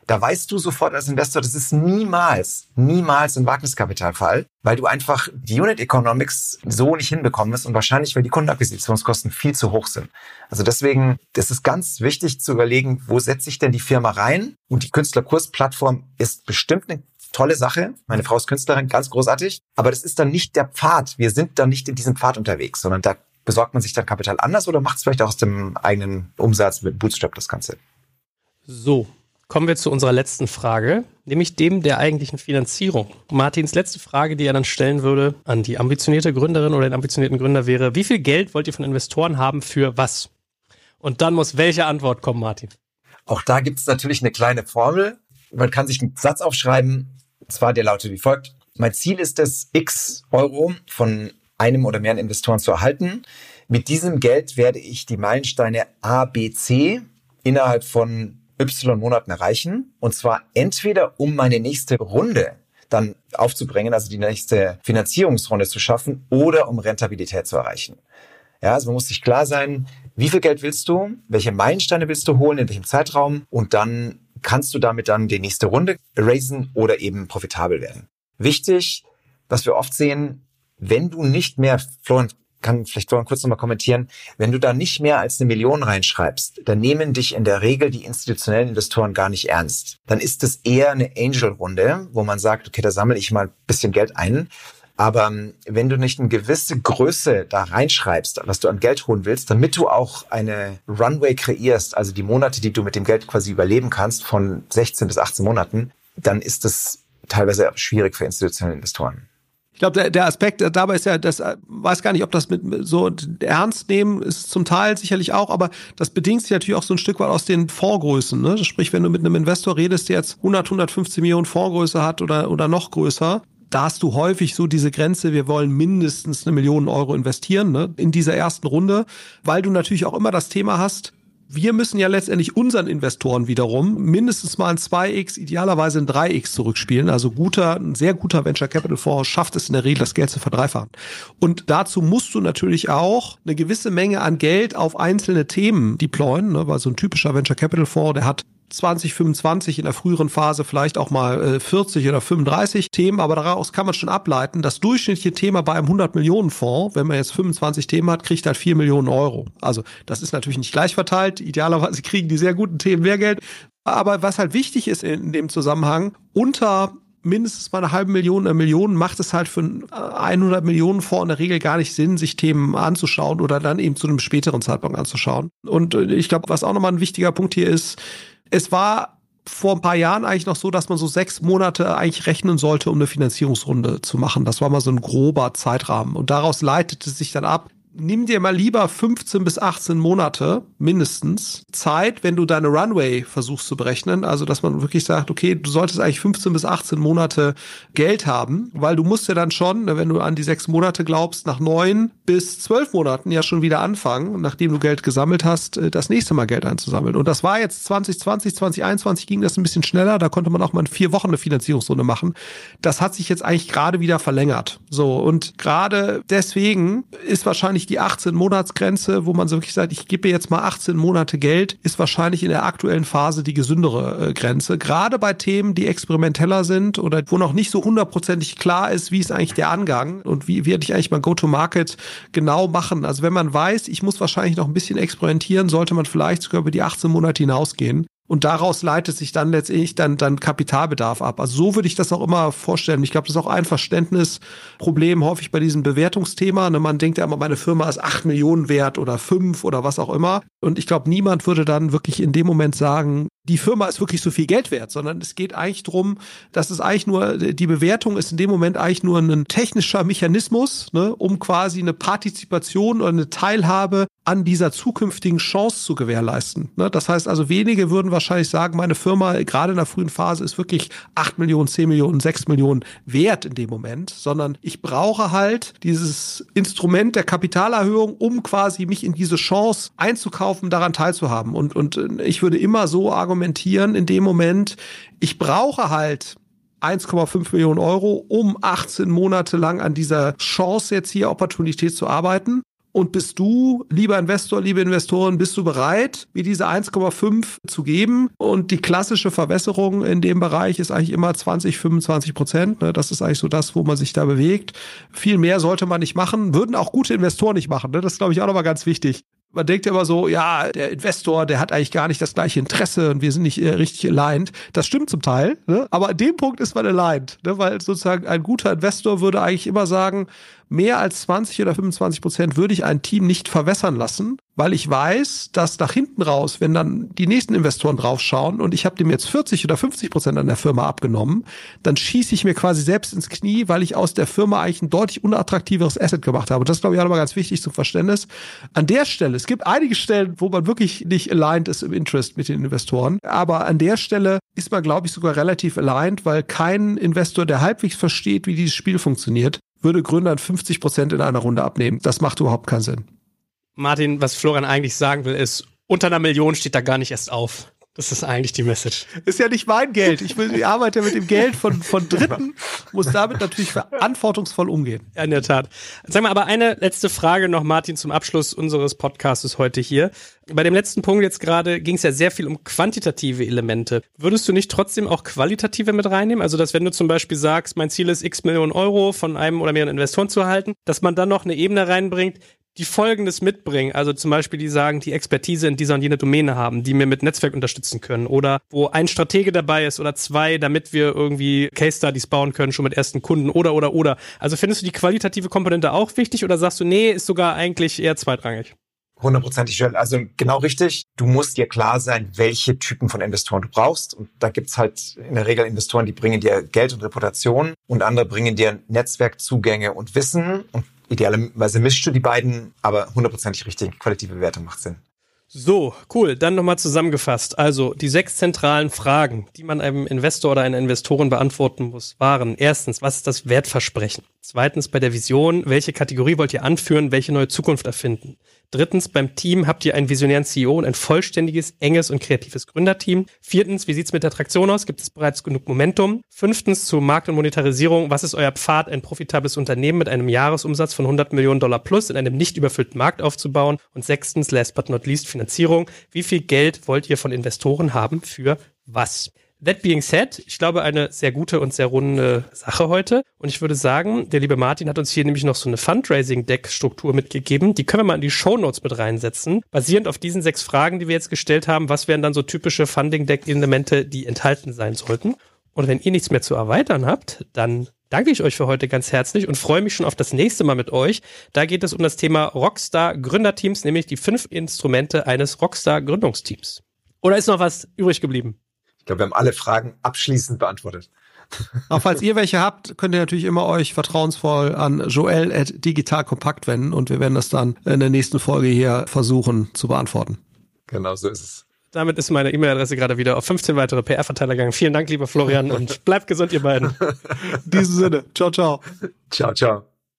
Da weißt du sofort als Investor, das ist niemals ein Wagniskapitalfall, weil du einfach die Unit Economics so nicht hinbekommen wirst und wahrscheinlich, weil die Kundenakquisitionskosten viel zu hoch sind. Also deswegen, das ist ganz wichtig zu überlegen, wo setze ich denn die Firma rein? Und die Künstlerkursplattform ist bestimmt eine tolle Sache. Meine Frau ist Künstlerin, ganz großartig. Aber das ist dann nicht der Pfad. Wir sind dann nicht in diesem Pfad unterwegs, sondern da besorgt man sich dann Kapital anders oder macht es vielleicht auch aus dem eigenen Umsatz mit Bootstrap das Ganze. So, kommen wir zu unserer letzten Frage, nämlich dem der eigentlichen Finanzierung. Martins letzte Frage, die er dann stellen würde an die ambitionierte Gründerin oder den ambitionierten Gründer wäre, wie viel Geld wollt ihr von Investoren haben für was? Und dann muss welche Antwort kommen, Martin? Auch da gibt es natürlich eine kleine Formel. Man kann sich einen Satz aufschreiben, und zwar der lautet wie folgt. Mein Ziel ist es, x Euro von einem oder mehreren Investoren zu erhalten. Mit diesem Geld werde ich die Meilensteine A, B, C innerhalb von Y Monaten erreichen. Und zwar entweder, um meine nächste Runde dann aufzubringen, also die nächste Finanzierungsrunde zu schaffen, oder um Rentabilität zu erreichen. Ja, also man muss sich klar sein, wie viel Geld willst du, welche Meilensteine willst du holen, in welchem Zeitraum, und dann kannst du damit dann die nächste Runde raisen oder eben profitabel werden. Wichtig, was wir oft sehen, wenn du nicht mehr, Florian kurz nochmal kommentieren, wenn du da nicht mehr als 1 Million reinschreibst, dann nehmen dich in der Regel die institutionellen Investoren gar nicht ernst. Dann ist es eher eine Angel-Runde, wo man sagt, okay, da sammle ich mal ein bisschen Geld ein. Aber wenn du nicht eine gewisse Größe da reinschreibst, was du an Geld holen willst, damit du auch eine Runway kreierst, also die Monate, die du mit dem Geld quasi überleben kannst, von 16 bis 18 Monaten, dann ist das teilweise schwierig für institutionelle Investoren. Ich glaube, der Aspekt dabei ist ja, das weiß gar nicht, ob das mit so ernst nehmen ist zum Teil sicherlich auch, aber das bedingt sich natürlich auch so ein Stück weit aus den Fondsgrößen. Ne? Sprich, wenn du mit einem Investor redest, der jetzt 150 Millionen Fondsgröße hat oder noch größer, da hast du häufig so diese Grenze, wir wollen mindestens 1 Million Euro investieren, ne, in dieser ersten Runde, weil du natürlich auch immer das Thema hast, wir müssen ja letztendlich unseren Investoren wiederum mindestens mal ein 2x, idealerweise ein 3x zurückspielen. Also ein sehr guter Venture Capital Fonds schafft es in der Regel, das Geld zu verdreifachen. Und dazu musst du natürlich auch eine gewisse Menge an Geld auf einzelne Themen deployen, ne, weil so ein typischer Venture Capital Fonds, der hat 20, 25 in der früheren Phase vielleicht auch mal 40 oder 35 Themen, aber daraus kann man schon ableiten, das durchschnittliche Thema bei einem 100-Millionen-Fonds, wenn man jetzt 25 Themen hat, kriegt halt 4 Millionen Euro. Also das ist natürlich nicht gleich verteilt, idealerweise kriegen die sehr guten Themen mehr Geld, aber was halt wichtig ist in dem Zusammenhang, unter mindestens mal 500.000, 1 Million macht es halt für einen 100 Millionen Fonds in der Regel gar nicht Sinn, sich Themen anzuschauen oder dann eben zu einem späteren Zeitpunkt anzuschauen. Und ich glaube, was auch nochmal ein wichtiger Punkt hier ist, es war vor ein paar Jahren eigentlich noch so, dass man so 6 Monate eigentlich rechnen sollte, um eine Finanzierungsrunde zu machen. Das war mal so ein grober Zeitrahmen. Und daraus leitete sich dann ab, nimm dir mal lieber 15 bis 18 Monate mindestens Zeit, wenn du deine Runway versuchst zu berechnen. Also, dass man wirklich sagt, okay, du solltest eigentlich 15 bis 18 Monate Geld haben, weil du musst ja dann schon, wenn du an die 6 Monate glaubst, nach 9 bis 12 Monaten ja schon wieder anfangen, nachdem du Geld gesammelt hast, das nächste Mal Geld einzusammeln. Und das war jetzt 2020, 2021 ging das ein bisschen schneller. Da konnte man auch mal in 4 Wochen eine Finanzierungsrunde machen. Das hat sich jetzt eigentlich gerade wieder verlängert. So, und gerade deswegen ist wahrscheinlich die 18-Monats-Grenze, wo man so wirklich sagt, ich gebe jetzt mal 18 Monate Geld, ist wahrscheinlich in der aktuellen Phase die gesündere Grenze. Gerade bei Themen, die experimenteller sind oder wo noch nicht so hundertprozentig klar ist, wie ist eigentlich der Angang und wie werde ich eigentlich mein Go-to-Market genau machen. Also wenn man weiß, ich muss wahrscheinlich noch ein bisschen experimentieren, sollte man vielleicht sogar über die 18 Monate hinausgehen. Und daraus leitet sich dann letztendlich dann Kapitalbedarf ab. Also so würde ich das auch immer vorstellen. Ich glaube, das ist auch ein Verständnisproblem häufig bei diesem Bewertungsthema. Man denkt ja immer, meine Firma ist 8 Millionen wert oder 5 oder was auch immer. Und ich glaube, niemand würde dann wirklich in dem Moment sagen, die Firma ist wirklich so viel Geld wert, sondern es geht eigentlich drum, dass es eigentlich nur, die Bewertung ist in dem Moment eigentlich nur ein technischer Mechanismus, ne, um quasi eine Partizipation oder eine Teilhabe an dieser zukünftigen Chance zu gewährleisten. Ne? Das heißt also, wenige würden wahrscheinlich sagen, meine Firma gerade in der frühen Phase ist wirklich 8 Millionen, 10 Millionen, 6 Millionen wert in dem Moment, sondern ich brauche halt dieses Instrument der Kapitalerhöhung, um quasi mich in diese Chance einzukaufen, daran teilzuhaben. Und ich würde immer so argumentieren in dem Moment, ich brauche halt 1,5 Millionen Euro, um 18 Monate lang an dieser Chance jetzt hier Opportunität zu arbeiten. Und bist du, lieber Investor, liebe Investoren, bist du bereit, mir diese 1,5 zu geben? Und die klassische Verwässerung in dem Bereich ist eigentlich immer 20-25%. Das ist eigentlich so das, wo man sich da bewegt. Viel mehr sollte man nicht machen, würden auch gute Investoren nicht machen. Das ist, glaube ich, auch nochmal ganz wichtig. Man denkt ja immer so, ja, der Investor, der hat eigentlich gar nicht das gleiche Interesse und wir sind nicht richtig aligned. Das stimmt zum Teil, ne? Aber an dem Punkt ist man aligned, ne? Weil sozusagen ein guter Investor würde eigentlich immer sagen, mehr als 20 oder 25% würde ich ein Team nicht verwässern lassen, weil ich weiß, dass nach hinten raus, wenn dann die nächsten Investoren draufschauen und ich habe dem jetzt 40 oder 50% an der Firma abgenommen, dann schieße ich mir quasi selbst ins Knie, weil ich aus der Firma eigentlich ein deutlich unattraktiveres Asset gemacht habe. Und das ist, glaube ich, auch nochmal ganz wichtig zum Verständnis. An der Stelle, es gibt einige Stellen, wo man wirklich nicht aligned ist im Interest mit den Investoren, aber an der Stelle ist man, glaube ich, sogar relativ aligned, weil kein Investor, der halbwegs versteht, wie dieses Spiel funktioniert, würde Gründern 50% in einer Runde abnehmen. Das macht überhaupt keinen Sinn. Martin, was Florian eigentlich sagen will, ist, unter 1 Million steht da gar nicht erst auf. Das ist eigentlich die Message. Ist ja nicht mein Geld. Ich arbeite mit dem Geld von Dritten, muss damit natürlich verantwortungsvoll umgehen. Ja, in der Tat. Sag mal, aber eine letzte Frage noch, Martin, zum Abschluss unseres Podcasts heute hier. Bei dem letzten Punkt jetzt gerade ging es ja sehr viel um quantitative Elemente. Würdest du nicht trotzdem auch qualitative mit reinnehmen? Also, dass wenn du zum Beispiel sagst, mein Ziel ist x Millionen Euro von einem oder mehreren Investoren zu erhalten, dass man dann noch eine Ebene reinbringt, die Folgendes mitbringen, also zum Beispiel die sagen, die Expertise in dieser und jener Domäne haben, die mir mit Netzwerk unterstützen können oder wo ein Stratege dabei ist oder 2, damit wir irgendwie Case Studies bauen können, schon mit ersten Kunden oder. Also findest du die qualitative Komponente auch wichtig oder sagst du, nee, ist sogar eigentlich eher zweitrangig? 100%, also genau richtig. Du musst dir klar sein, welche Typen von Investoren du brauchst. Und da gibt's halt in der Regel Investoren, die bringen dir Geld und Reputation und andere bringen dir Netzwerkzugänge und Wissen. Und idealerweise mischst du die beiden, aber 100% richtig. Qualitative Bewertung macht Sinn. So, cool. Dann nochmal zusammengefasst. Also die 6 zentralen Fragen, die man einem Investor oder einer Investorin beantworten muss, waren: Erstens, was ist das Wertversprechen? Zweitens, bei der Vision, welche Kategorie wollt ihr anführen, welche neue Zukunft erfinden? Drittens, beim Team habt ihr einen visionären CEO und ein vollständiges, enges und kreatives Gründerteam. Viertens, wie sieht's mit der Traktion aus? Gibt es bereits genug Momentum? Fünftens, zu Markt- und Monetarisierung. Was ist euer Pfad, ein profitables Unternehmen mit einem Jahresumsatz von $100 Millionen plus in einem nicht überfüllten Markt aufzubauen? Und sechstens, last but not least, Finanzierung. Wie viel Geld wollt ihr von Investoren haben für was? That being said, ich glaube, eine sehr gute und sehr runde Sache heute. Und ich würde sagen, der liebe Martin hat uns hier nämlich noch so eine Fundraising-Deck-Struktur mitgegeben. Die können wir mal in die Shownotes mit reinsetzen. Basierend auf diesen 6 Fragen, die wir jetzt gestellt haben, was wären dann so typische Funding-Deck-Elemente, die enthalten sein sollten? Und wenn ihr nichts mehr zu erweitern habt, dann danke ich euch für heute ganz herzlich und freue mich schon auf das nächste Mal mit euch. Da geht es um das Thema Rockstar-Gründerteams, nämlich die 5 Instrumente eines Rockstar-Gründungsteams. Oder ist noch was übrig geblieben? Ich glaube, wir haben alle Fragen abschließend beantwortet. Auch falls ihr welche habt, könnt ihr natürlich immer euch vertrauensvoll an joel@digitalkompakt wenden und wir werden das dann in der nächsten Folge hier versuchen zu beantworten. Genau, so ist es. Damit ist meine E-Mail-Adresse gerade wieder auf 15 weitere PR-Verteiler gegangen. Vielen Dank, lieber Florian, und bleibt gesund, ihr beiden. In diesem Sinne, ciao, ciao. Ciao, ciao.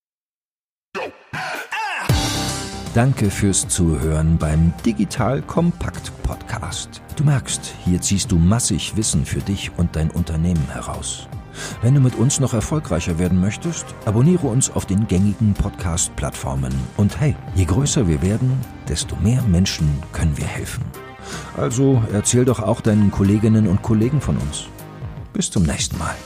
Danke fürs Zuhören beim Digital Kompakt Podcast. Du merkst, hier ziehst du massig Wissen für dich und dein Unternehmen heraus. Wenn du mit uns noch erfolgreicher werden möchtest, abonniere uns auf den gängigen Podcast-Plattformen. Und hey, je größer wir werden, desto mehr Menschen können wir helfen. Also erzähl doch auch deinen Kolleginnen und Kollegen von uns. Bis zum nächsten Mal.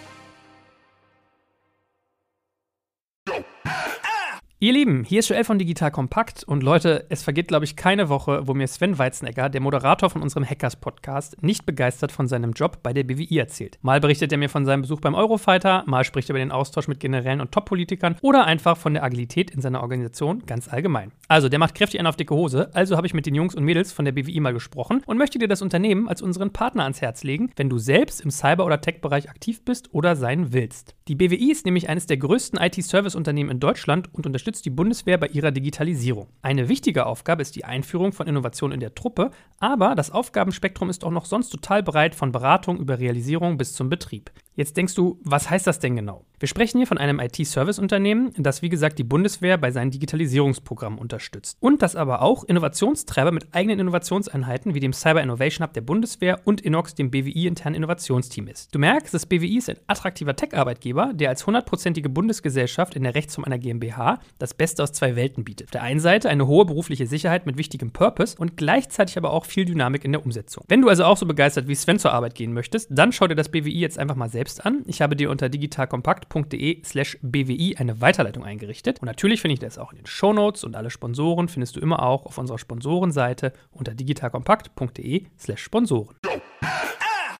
Ihr Lieben, hier ist Joel von Digital Kompakt und Leute, es vergeht, glaube ich, keine Woche, wo mir Sven Weizenegger, der Moderator von unserem Hackers-Podcast, nicht begeistert von seinem Job bei der BWI erzählt. Mal berichtet er mir von seinem Besuch beim Eurofighter, mal spricht er über den Austausch mit Generälen und Top-Politikern oder einfach von der Agilität in seiner Organisation ganz allgemein. Also, der macht kräftig einen auf dicke Hose, also habe ich mit den Jungs und Mädels von der BWI mal gesprochen und möchte dir das Unternehmen als unseren Partner ans Herz legen, wenn du selbst im Cyber- oder Tech-Bereich aktiv bist oder sein willst. Die BWI ist nämlich eines der größten IT-Service-Unternehmen in Deutschland und unterstützt die Bundeswehr bei ihrer Digitalisierung. Eine wichtige Aufgabe ist die Einführung von Innovation in der Truppe, aber das Aufgabenspektrum ist auch noch sonst total breit, von Beratung über Realisierung bis zum Betrieb. Jetzt denkst du, was heißt das denn genau? Wir sprechen hier von einem IT-Service-Unternehmen, das wie gesagt die Bundeswehr bei seinen Digitalisierungsprogrammen unterstützt. Und das aber auch Innovationstreiber mit eigenen Innovationseinheiten wie dem Cyber Innovation Hub der Bundeswehr und Innox, dem BWI-internen Innovationsteam ist. Du merkst, das BWI ist ein attraktiver Tech-Arbeitgeber, der als 100%ige Bundesgesellschaft in der Rechtsform einer GmbH das Beste aus zwei Welten bietet. Auf der einen Seite eine hohe berufliche Sicherheit mit wichtigem Purpose und gleichzeitig aber auch viel Dynamik in der Umsetzung. Wenn du also auch so begeistert wie Sven zur Arbeit gehen möchtest, dann schau dir das BWI jetzt einfach mal selbst an. Ich habe dir unter digitalkompakt.de/BWI eine Weiterleitung eingerichtet. Und natürlich finde ich das auch in den Shownotes und alle Sponsoren findest du immer auch auf unserer Sponsorenseite unter digitalkompakt.de/Sponsoren.